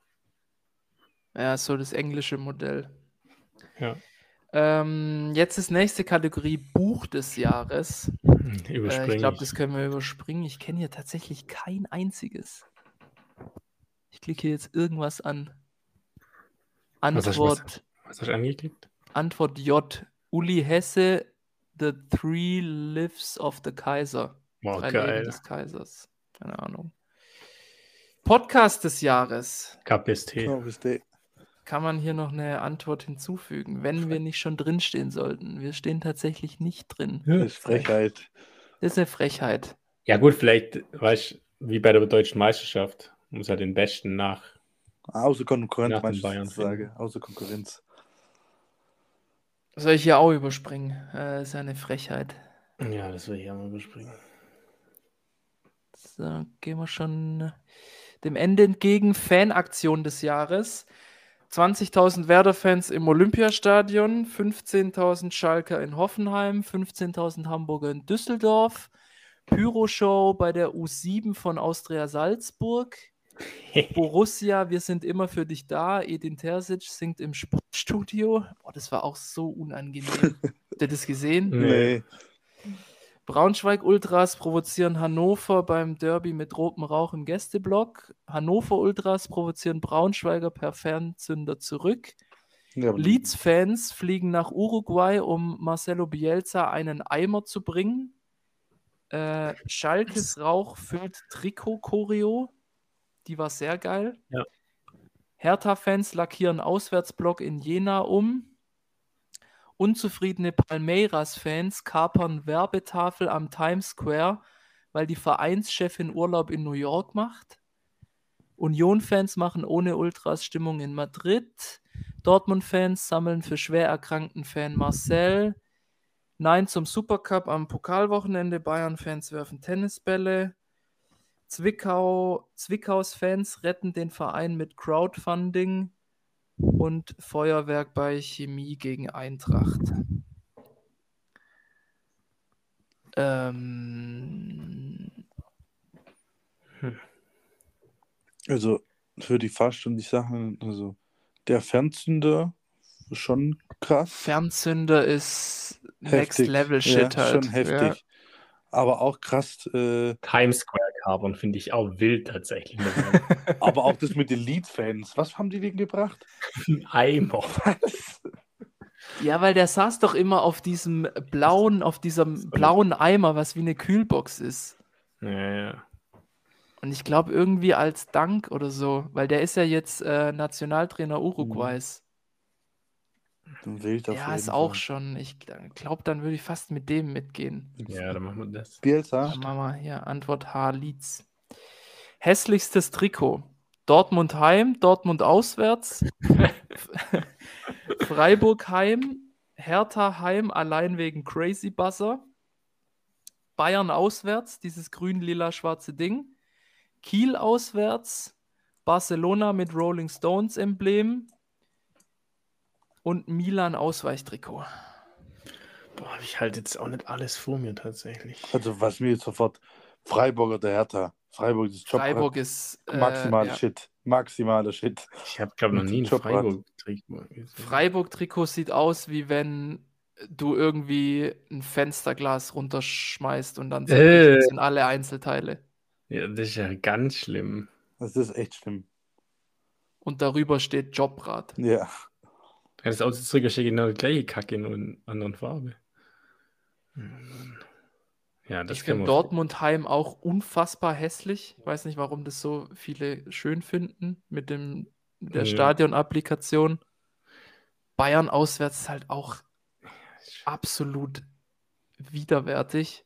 Ja, so das englische Modell. Ja. Ähm, jetzt ist nächste Kategorie Buch des Jahres. Äh, Überspringe ich glaube, das können wir überspringen. Ich kenne hier tatsächlich kein einziges. Ich klicke hier jetzt irgendwas an. Was hast du- was- Antwort, Was hast du angeklickt? Antwort J. Uli Hesse, The Three Lives of the Kaiser. Wow, Drei Leben geil. des Kaisers. Keine Ahnung. Podcast des Jahres. K P S T. Genau, bis der- Kann man hier noch eine Antwort hinzufügen, wenn wir nicht schon drinstehen sollten? Wir stehen tatsächlich nicht drin. Das ist Frechheit. Das ist eine Frechheit. Ja gut, vielleicht, weißt du, wie bei der deutschen Meisterschaft, muss er den Besten nach. Außer Konkurrenz, Nach den meinst du, Bayern ich sage. Außer Konkurrenz. Soll ich hier auch überspringen? Äh, ist ja eine Frechheit. Ja, das will ich ja mal überspringen. So, gehen wir schon dem Ende entgegen. Fanaktion des Jahres. zwanzigtausend Werder-Fans im Olympiastadion, fünfzehntausend Schalker in Hoffenheim, fünfzehntausend Hamburger in Düsseldorf, Pyroshow bei der U sieben von Austria Salzburg, Borussia, wir sind immer für dich da, Edin Terzic singt im Sportstudio. Boah, das war auch so unangenehm. Habt ihr das gesehen? Nee. Braunschweig-Ultras provozieren Hannover beim Derby mit rotem Rauch im Gästeblock. Hannover-Ultras provozieren Braunschweiger per Fernzünder zurück. Ja, aber- Leeds-Fans fliegen nach Uruguay, um Marcelo Bielsa einen Eimer zu bringen. Äh, Schalkes Rauch füllt Trikot-Choreo. Die war sehr geil. Ja. Hertha-Fans lackieren Auswärtsblock in Jena um. Unzufriedene Palmeiras-Fans kapern Werbetafel am Times Square, weil die Vereinschefin Urlaub in New York macht. Union-Fans machen ohne Ultras Stimmung in Madrid. Dortmund-Fans sammeln für schwer erkrankten Fan Marcel. Nein zum Supercup am Pokalwochenende. Bayern-Fans werfen Tennisbälle. Zwickau, Zwickaus Fans retten den Verein mit Crowdfunding. Und Feuerwerk bei Chemie gegen Eintracht. Ähm, Also, würde ich fast schon nicht sagen, also, der Fernzünder ist schon krass. Fernzünder ist Next Heftig. Level Ja, Shit halt. schon heftig. Aber auch krass, äh, Times Square Carbon finde ich auch wild tatsächlich. aber auch das mit den Leeds-Fans. Was haben die denen gebracht? Ein Eimer. Ja, weil der saß doch immer auf diesem blauen, auf diesem blauen Eimer, was wie eine Kühlbox ist. Ja, ja. Und ich glaube irgendwie als Dank oder so, weil der ist ja jetzt äh, Nationaltrainer Uruguays. Wild auf Ja, jeden ist auch Fall. schon. Ich glaube, dann würde ich fast mit dem mitgehen. Ja, dann machen wir das. Bielsa? Dann machen wir hier Antwort H, Leeds. Hässlichstes Trikot. Dortmund heim, Dortmund auswärts, Freiburg heim, Hertha heim, allein wegen Crazy Buzzer, Bayern auswärts, dieses grün-lila-schwarze Ding, Kiel auswärts, Barcelona mit Rolling Stones Emblem und Milan Ausweichtrikot. Boah, ich halte jetzt auch nicht alles vor mir tatsächlich. Also, was mir jetzt sofort. Freiburg oder Hertha? Freiburg ist Job. Freiburg ist äh, Maximaler ja. Shit. Maximaler Shit. Ich habe, glaube ich, noch nie ein Jobrad. Freiburg-Trikot gesehen. Freiburg-Trikot sieht aus, wie wenn du irgendwie ein Fensterglas runterschmeißt und dann Äh. zerbricht sind alle Einzelteile. Ja, das ist ja ganz schlimm. Das ist echt schlimm. Und darüber steht Jobrad. Ja. Ja, das Ausdruck steht genau die gleiche Kacke, nur in anderen Farbe. Ja, das Ich kann finde man. Dortmund heim auch unfassbar hässlich. Ich weiß nicht, warum das so viele schön finden mit dem mit der Ja. Stadion-Applikation. Bayern auswärts ist halt auch absolut widerwärtig.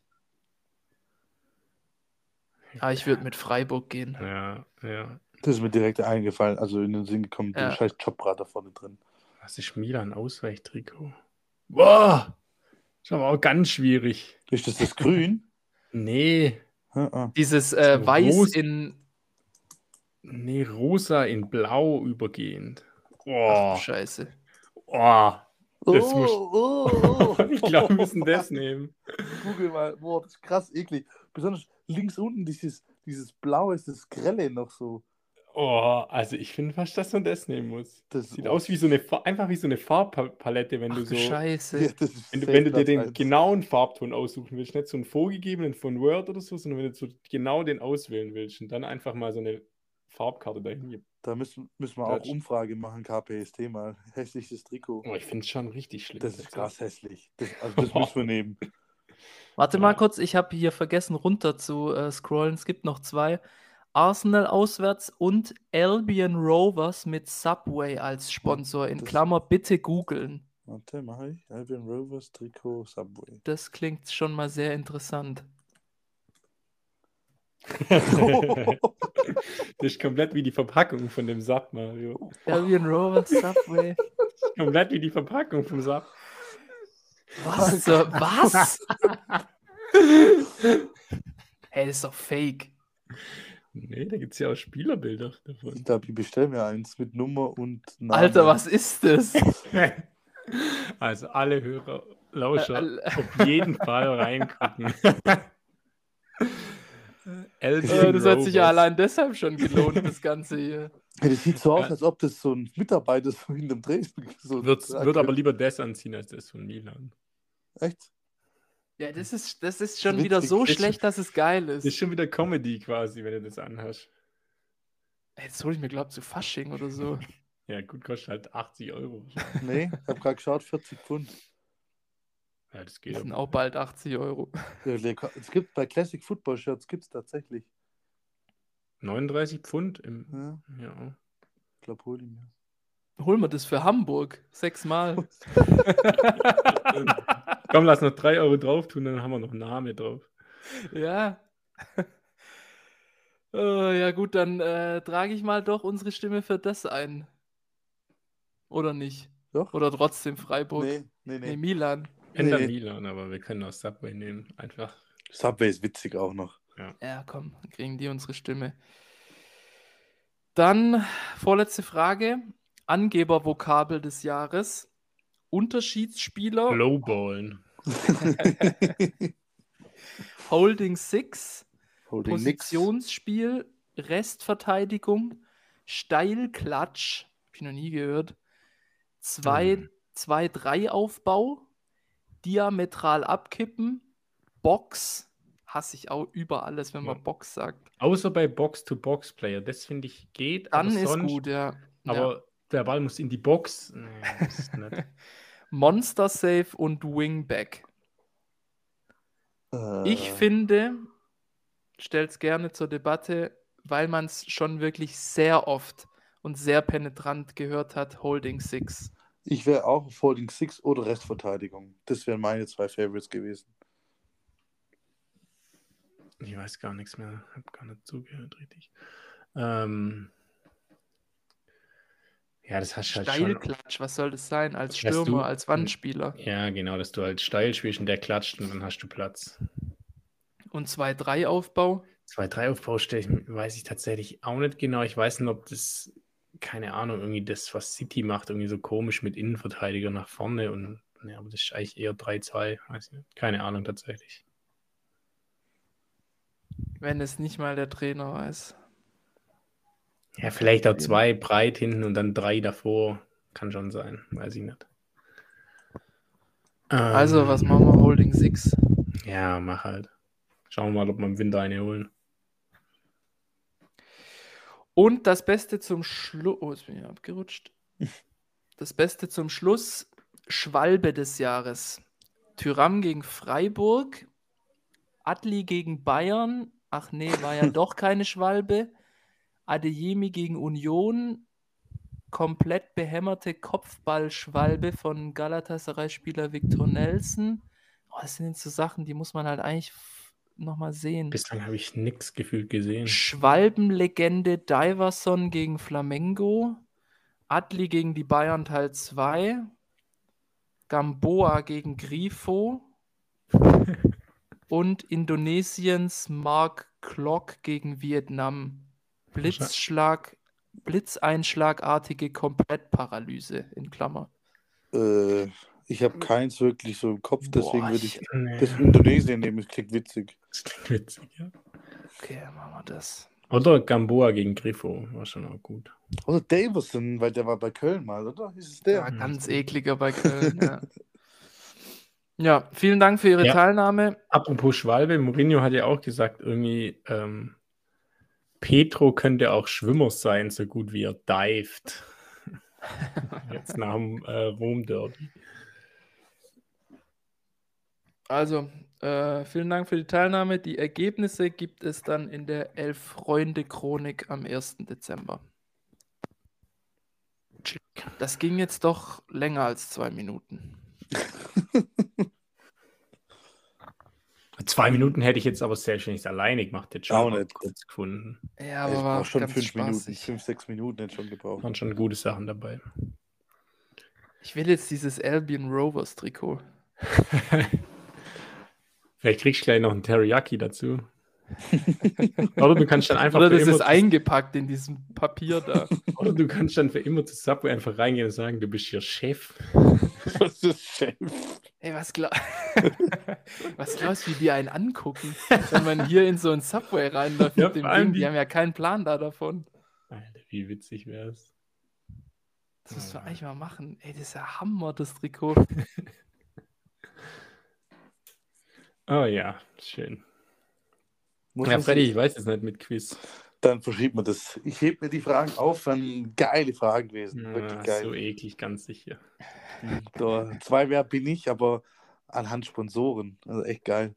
Aber ich würde mit Freiburg gehen. Ja, ja. Das ist mir direkt eingefallen. Also in den Sinn gekommen, Ja. den scheiß Jobrad da vorne drin. Was ist Milan Ausweichtrikot? Boah! Ist aber auch ganz schwierig. Ist das das Grün? Nee, Ah, ah. Dieses äh, So Weiß groß. in nee, rosa in blau übergehend. Ach, Boah, Scheiße. boah. Das oh, muss- oh, oh. Ich glaube, wir müssen das nehmen. Google mal. Boah, das ist krass eklig. Besonders links unten dieses, dieses Blaue ist das Grelle noch so. Oh, also ich finde fast, dass man das nehmen muss. Das Sieht oh, aus wie so eine, Fa- einfach wie so eine Farbpalette, wenn Ach du du so, Scheiße. Ja, das ist wenn du, safe wenn du dir Platz den eins. genauen Farbton aussuchen willst, nicht so einen vorgegebenen von Word oder so, sondern wenn du so genau den auswählen willst und dann einfach mal so eine Farbkarte dahin gibst. Da müssen, müssen wir auch Klatsch. Umfrage machen, K P S T mal. Hässliches Trikot. Oh, ich finde es schon richtig schlimm. Das ist tatsächlich. krass hässlich. Das, also das müssen wir nehmen. Warte Ja. mal kurz, ich habe hier vergessen runter zu äh, scrollen. Es gibt noch zwei. Arsenal auswärts und Albion Rovers mit Subway als Sponsor. In Das- Klammer bitte googeln. Warte, mach ich. Albion Rovers Trikot Subway. Das klingt schon mal sehr interessant. Das ist komplett wie die Verpackung von dem Sap, Mario. Albion Rovers Subway. Komplett wie die Verpackung vom Sap. Was? zur- Was? Hey, das ist doch fake. Nee, da gibt es ja auch Spielerbilder davon. Ich glaube, ich bestelle mir eins mit Nummer und Name. Alter, was ist das? Also alle Hörer, Lauscher, Äh, äh, auf jeden Fall reingucken. Elgin Äh, das hat sich ja Rovers. allein deshalb schon gelohnt, das Ganze hier. Ja, das sieht so aus, Ja. als ob das so ein Mitarbeiter so in einem Dreh so Wird, tragen wird aber könnte. lieber das anziehen als das von Milan. Echt? Ja, das ist, das ist schon Witzig. wieder so Das ist schlecht, dass es geil Das ist ist. schon wieder Comedy quasi, wenn du das anhast. Ey, Jetzt hole ich mir, glaube ich, zu Fasching oder so. Ja, gut, kostet halt achtzig Euro. Nee, ich habe gerade geschaut, vierzig Pfund. Ja, das Die geht sind aber. auch bald achtzig Euro. Ja, lecker. Es gibt bei Classic Football Shirts gibt es tatsächlich. neununddreißig Pfund im. Ja, Ja. ich glaube, hol ihn mir. Holen wir das für Hamburg. Sechsmal. Komm, lass noch drei Euro drauf tun, dann haben wir noch einen Namen drauf. Ja. Äh, ja, gut, dann äh, trage ich mal doch unsere Stimme für das ein. Oder nicht? Doch? Oder trotzdem Freiburg? Nee, nee, Nee, nee. Milan. Wenn dann Nee. Milan, aber wir können auch Subway nehmen. Einfach. Subway ist witzig auch noch. Ja, komm, dann kriegen die unsere Stimme. Dann vorletzte Frage. Angebervokabel des Jahres. Unterschiedsspieler. Lowballen. Holding Six. Holding nix. Positionsspiel. Restverteidigung. Steilklatsch. Hab ich noch nie gehört. Hm. zwei drei Aufbau. Diametral abkippen. Box. Hasse ich auch über alles, wenn man Ja. Box sagt. Außer bei Box-to-Box-Player. Das finde ich geht. Dann aber ist sonst, gut, ja. ja. Aber der Ball muss in die Box. Nee, das ist nicht. Monster Safe und Wingback. Äh, Ich finde, stell's gerne zur Debatte, weil man es schon wirklich sehr oft und sehr penetrant gehört hat, Holding Six. Ich wäre auch auf Holding Six oder Restverteidigung. Das wären meine zwei Favorites gewesen. Ich weiß gar nichts mehr. Hab gar nicht zugehört, richtig. Ähm, ja, das hast du halt schon. Steilklatsch, was soll das sein? Als Dass Stürmer, du- als Wandspieler. Ja, genau, dass du halt steil spielst und der klatscht und dann hast du Platz. Und zwei drei Aufbau. zwei drei Aufbau stelle ich, weiß ich tatsächlich auch nicht genau. Ich weiß nicht, ob das, keine Ahnung, irgendwie das, was City macht, irgendwie so komisch mit Innenverteidiger nach vorne und, ja, aber das ist eigentlich eher drei zwei, weiß ich nicht. Keine Ahnung tatsächlich. Wenn es nicht mal der Trainer weiß. Ja, vielleicht auch zwei breit hinten und dann drei davor. Kann schon sein, weiß ich nicht. Also, Ähm, was machen wir? Holding Six. Ja, mach halt. Schauen wir mal, ob wir im Winter eine holen. Und das Beste zum Schluss. Oh, jetzt bin ich abgerutscht. Das Beste zum Schluss: Schwalbe des Jahres. Thuram gegen Freiburg. Adli gegen Bayern. Ach nee, war ja doch keine Schwalbe. Adeyemi gegen Union. Komplett behämmerte Kopfballschwalbe von Galatasaray-Spieler Victor Nelson. Oh, das sind jetzt so Sachen, die muss man halt eigentlich nochmal sehen. Bislang habe ich nichts gefühlt gesehen. Schwalbenlegende Diverson gegen Flamengo. Adli gegen die Bayern Teil zwei. Gamboa gegen Grifo. Und Indonesiens Mark Klok gegen Vietnam. Blitzschlag, Blitzeinschlagartige Komplettparalyse in Klammer. Äh, ich habe keins wirklich so im Kopf, deswegen Boah, würde ich Nee, das Indonesien nehmen. Das klingt witzig. das klingt witzig, ja. Okay, dann machen wir das. Oder Gamboa gegen Grifo, war schon auch gut. Oder Davison, weil der war bei Köln mal, oder? Ist es Ja, der? ganz ekliger bei Köln. Ja. Ja, vielen Dank für Ihre Ja. Teilnahme. Apropos Schwalbe, Mourinho hat ja auch gesagt, irgendwie, ähm, Petro könnte auch Schwimmer sein, so gut wie er dived. Jetzt nach dem äh, Rom-Derby. Also, äh, vielen Dank für die Teilnahme. Die Ergebnisse gibt es dann in der Elf-Freunde-Chronik am ersten Dezember. Das ging jetzt doch länger als zwei Minuten. Zwei Minuten hätte ich jetzt aber selbstständig alleine gemacht, hätte Auch schon nicht. kurz gefunden. Ja, ich aber war brauche schon ganz fünf Minuten, spaßig. fünf, sechs Minuten hätte ich schon gebraucht. Waren schon gute Sachen dabei. Ich will jetzt dieses Albion Rovers Trikot. Vielleicht kriegst du gleich noch einen Teriyaki dazu. Oder du kannst dann einfach Oder für das immer ist zu- eingepackt in diesem Papier da. oder du kannst dann für immer zu Subway einfach reingehen und sagen, du bist hier Chef. Das ist Chef. Ey, was, glaub... was glaubst du, wie die einen angucken, wenn man hier in so ein Subway reinläuft Ja, mit dem vor allem Ding? Die die- haben ja keinen Plan da davon. Alter, wie witzig wär's. Das müssen wir eigentlich mal machen. Ey, das ist ja Hammer, das Trikot. Oh ja, schön. Muss Ja, man Freddy, sich- ich weiß es nicht mit Quiz. Dann verschiebt man das. Ich heb mir die Fragen auf, dann geile Fragen gewesen. Wirklich Ja, geil. so eklig, ganz sicher. Da, zwei wer bin ich, aber anhand Sponsoren. Also echt geil.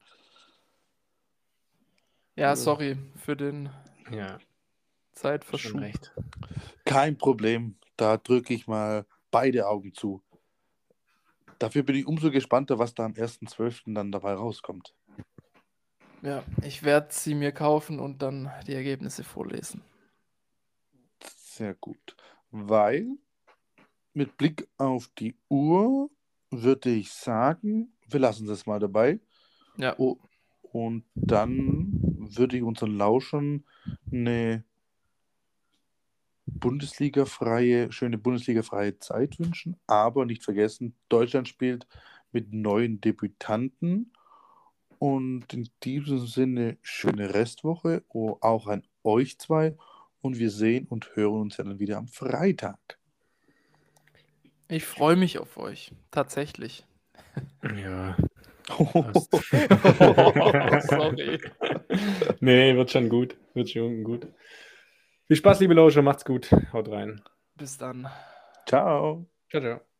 Ja, sorry für den Ja, schon Zeitverschub. recht. Kein Problem. Da drücke ich mal beide Augen zu. Dafür bin ich umso gespannter, was da am ersten zwölften dann dabei rauskommt. Ja, ich werde sie mir kaufen und dann die Ergebnisse vorlesen. Sehr gut. Weil mit Blick auf die Uhr würde ich sagen, wir lassen es mal dabei. Ja, Oh, und dann würde ich unseren Lauschern eine Bundesliga-freie, schöne Bundesliga-freie Zeit wünschen. Aber nicht vergessen, Deutschland spielt mit neuen Debütanten. Und in diesem Sinne, schöne Restwoche, oh, auch an euch zwei. Und wir sehen und hören uns ja dann wieder am Freitag. ich freue mich auf euch. Tatsächlich. Ja. Sorry. Nee, wird schon gut. Wird schon gut. Viel Spaß, liebe Lauscher. Macht's gut. Haut rein. Bis dann. Ciao. Ciao, ciao.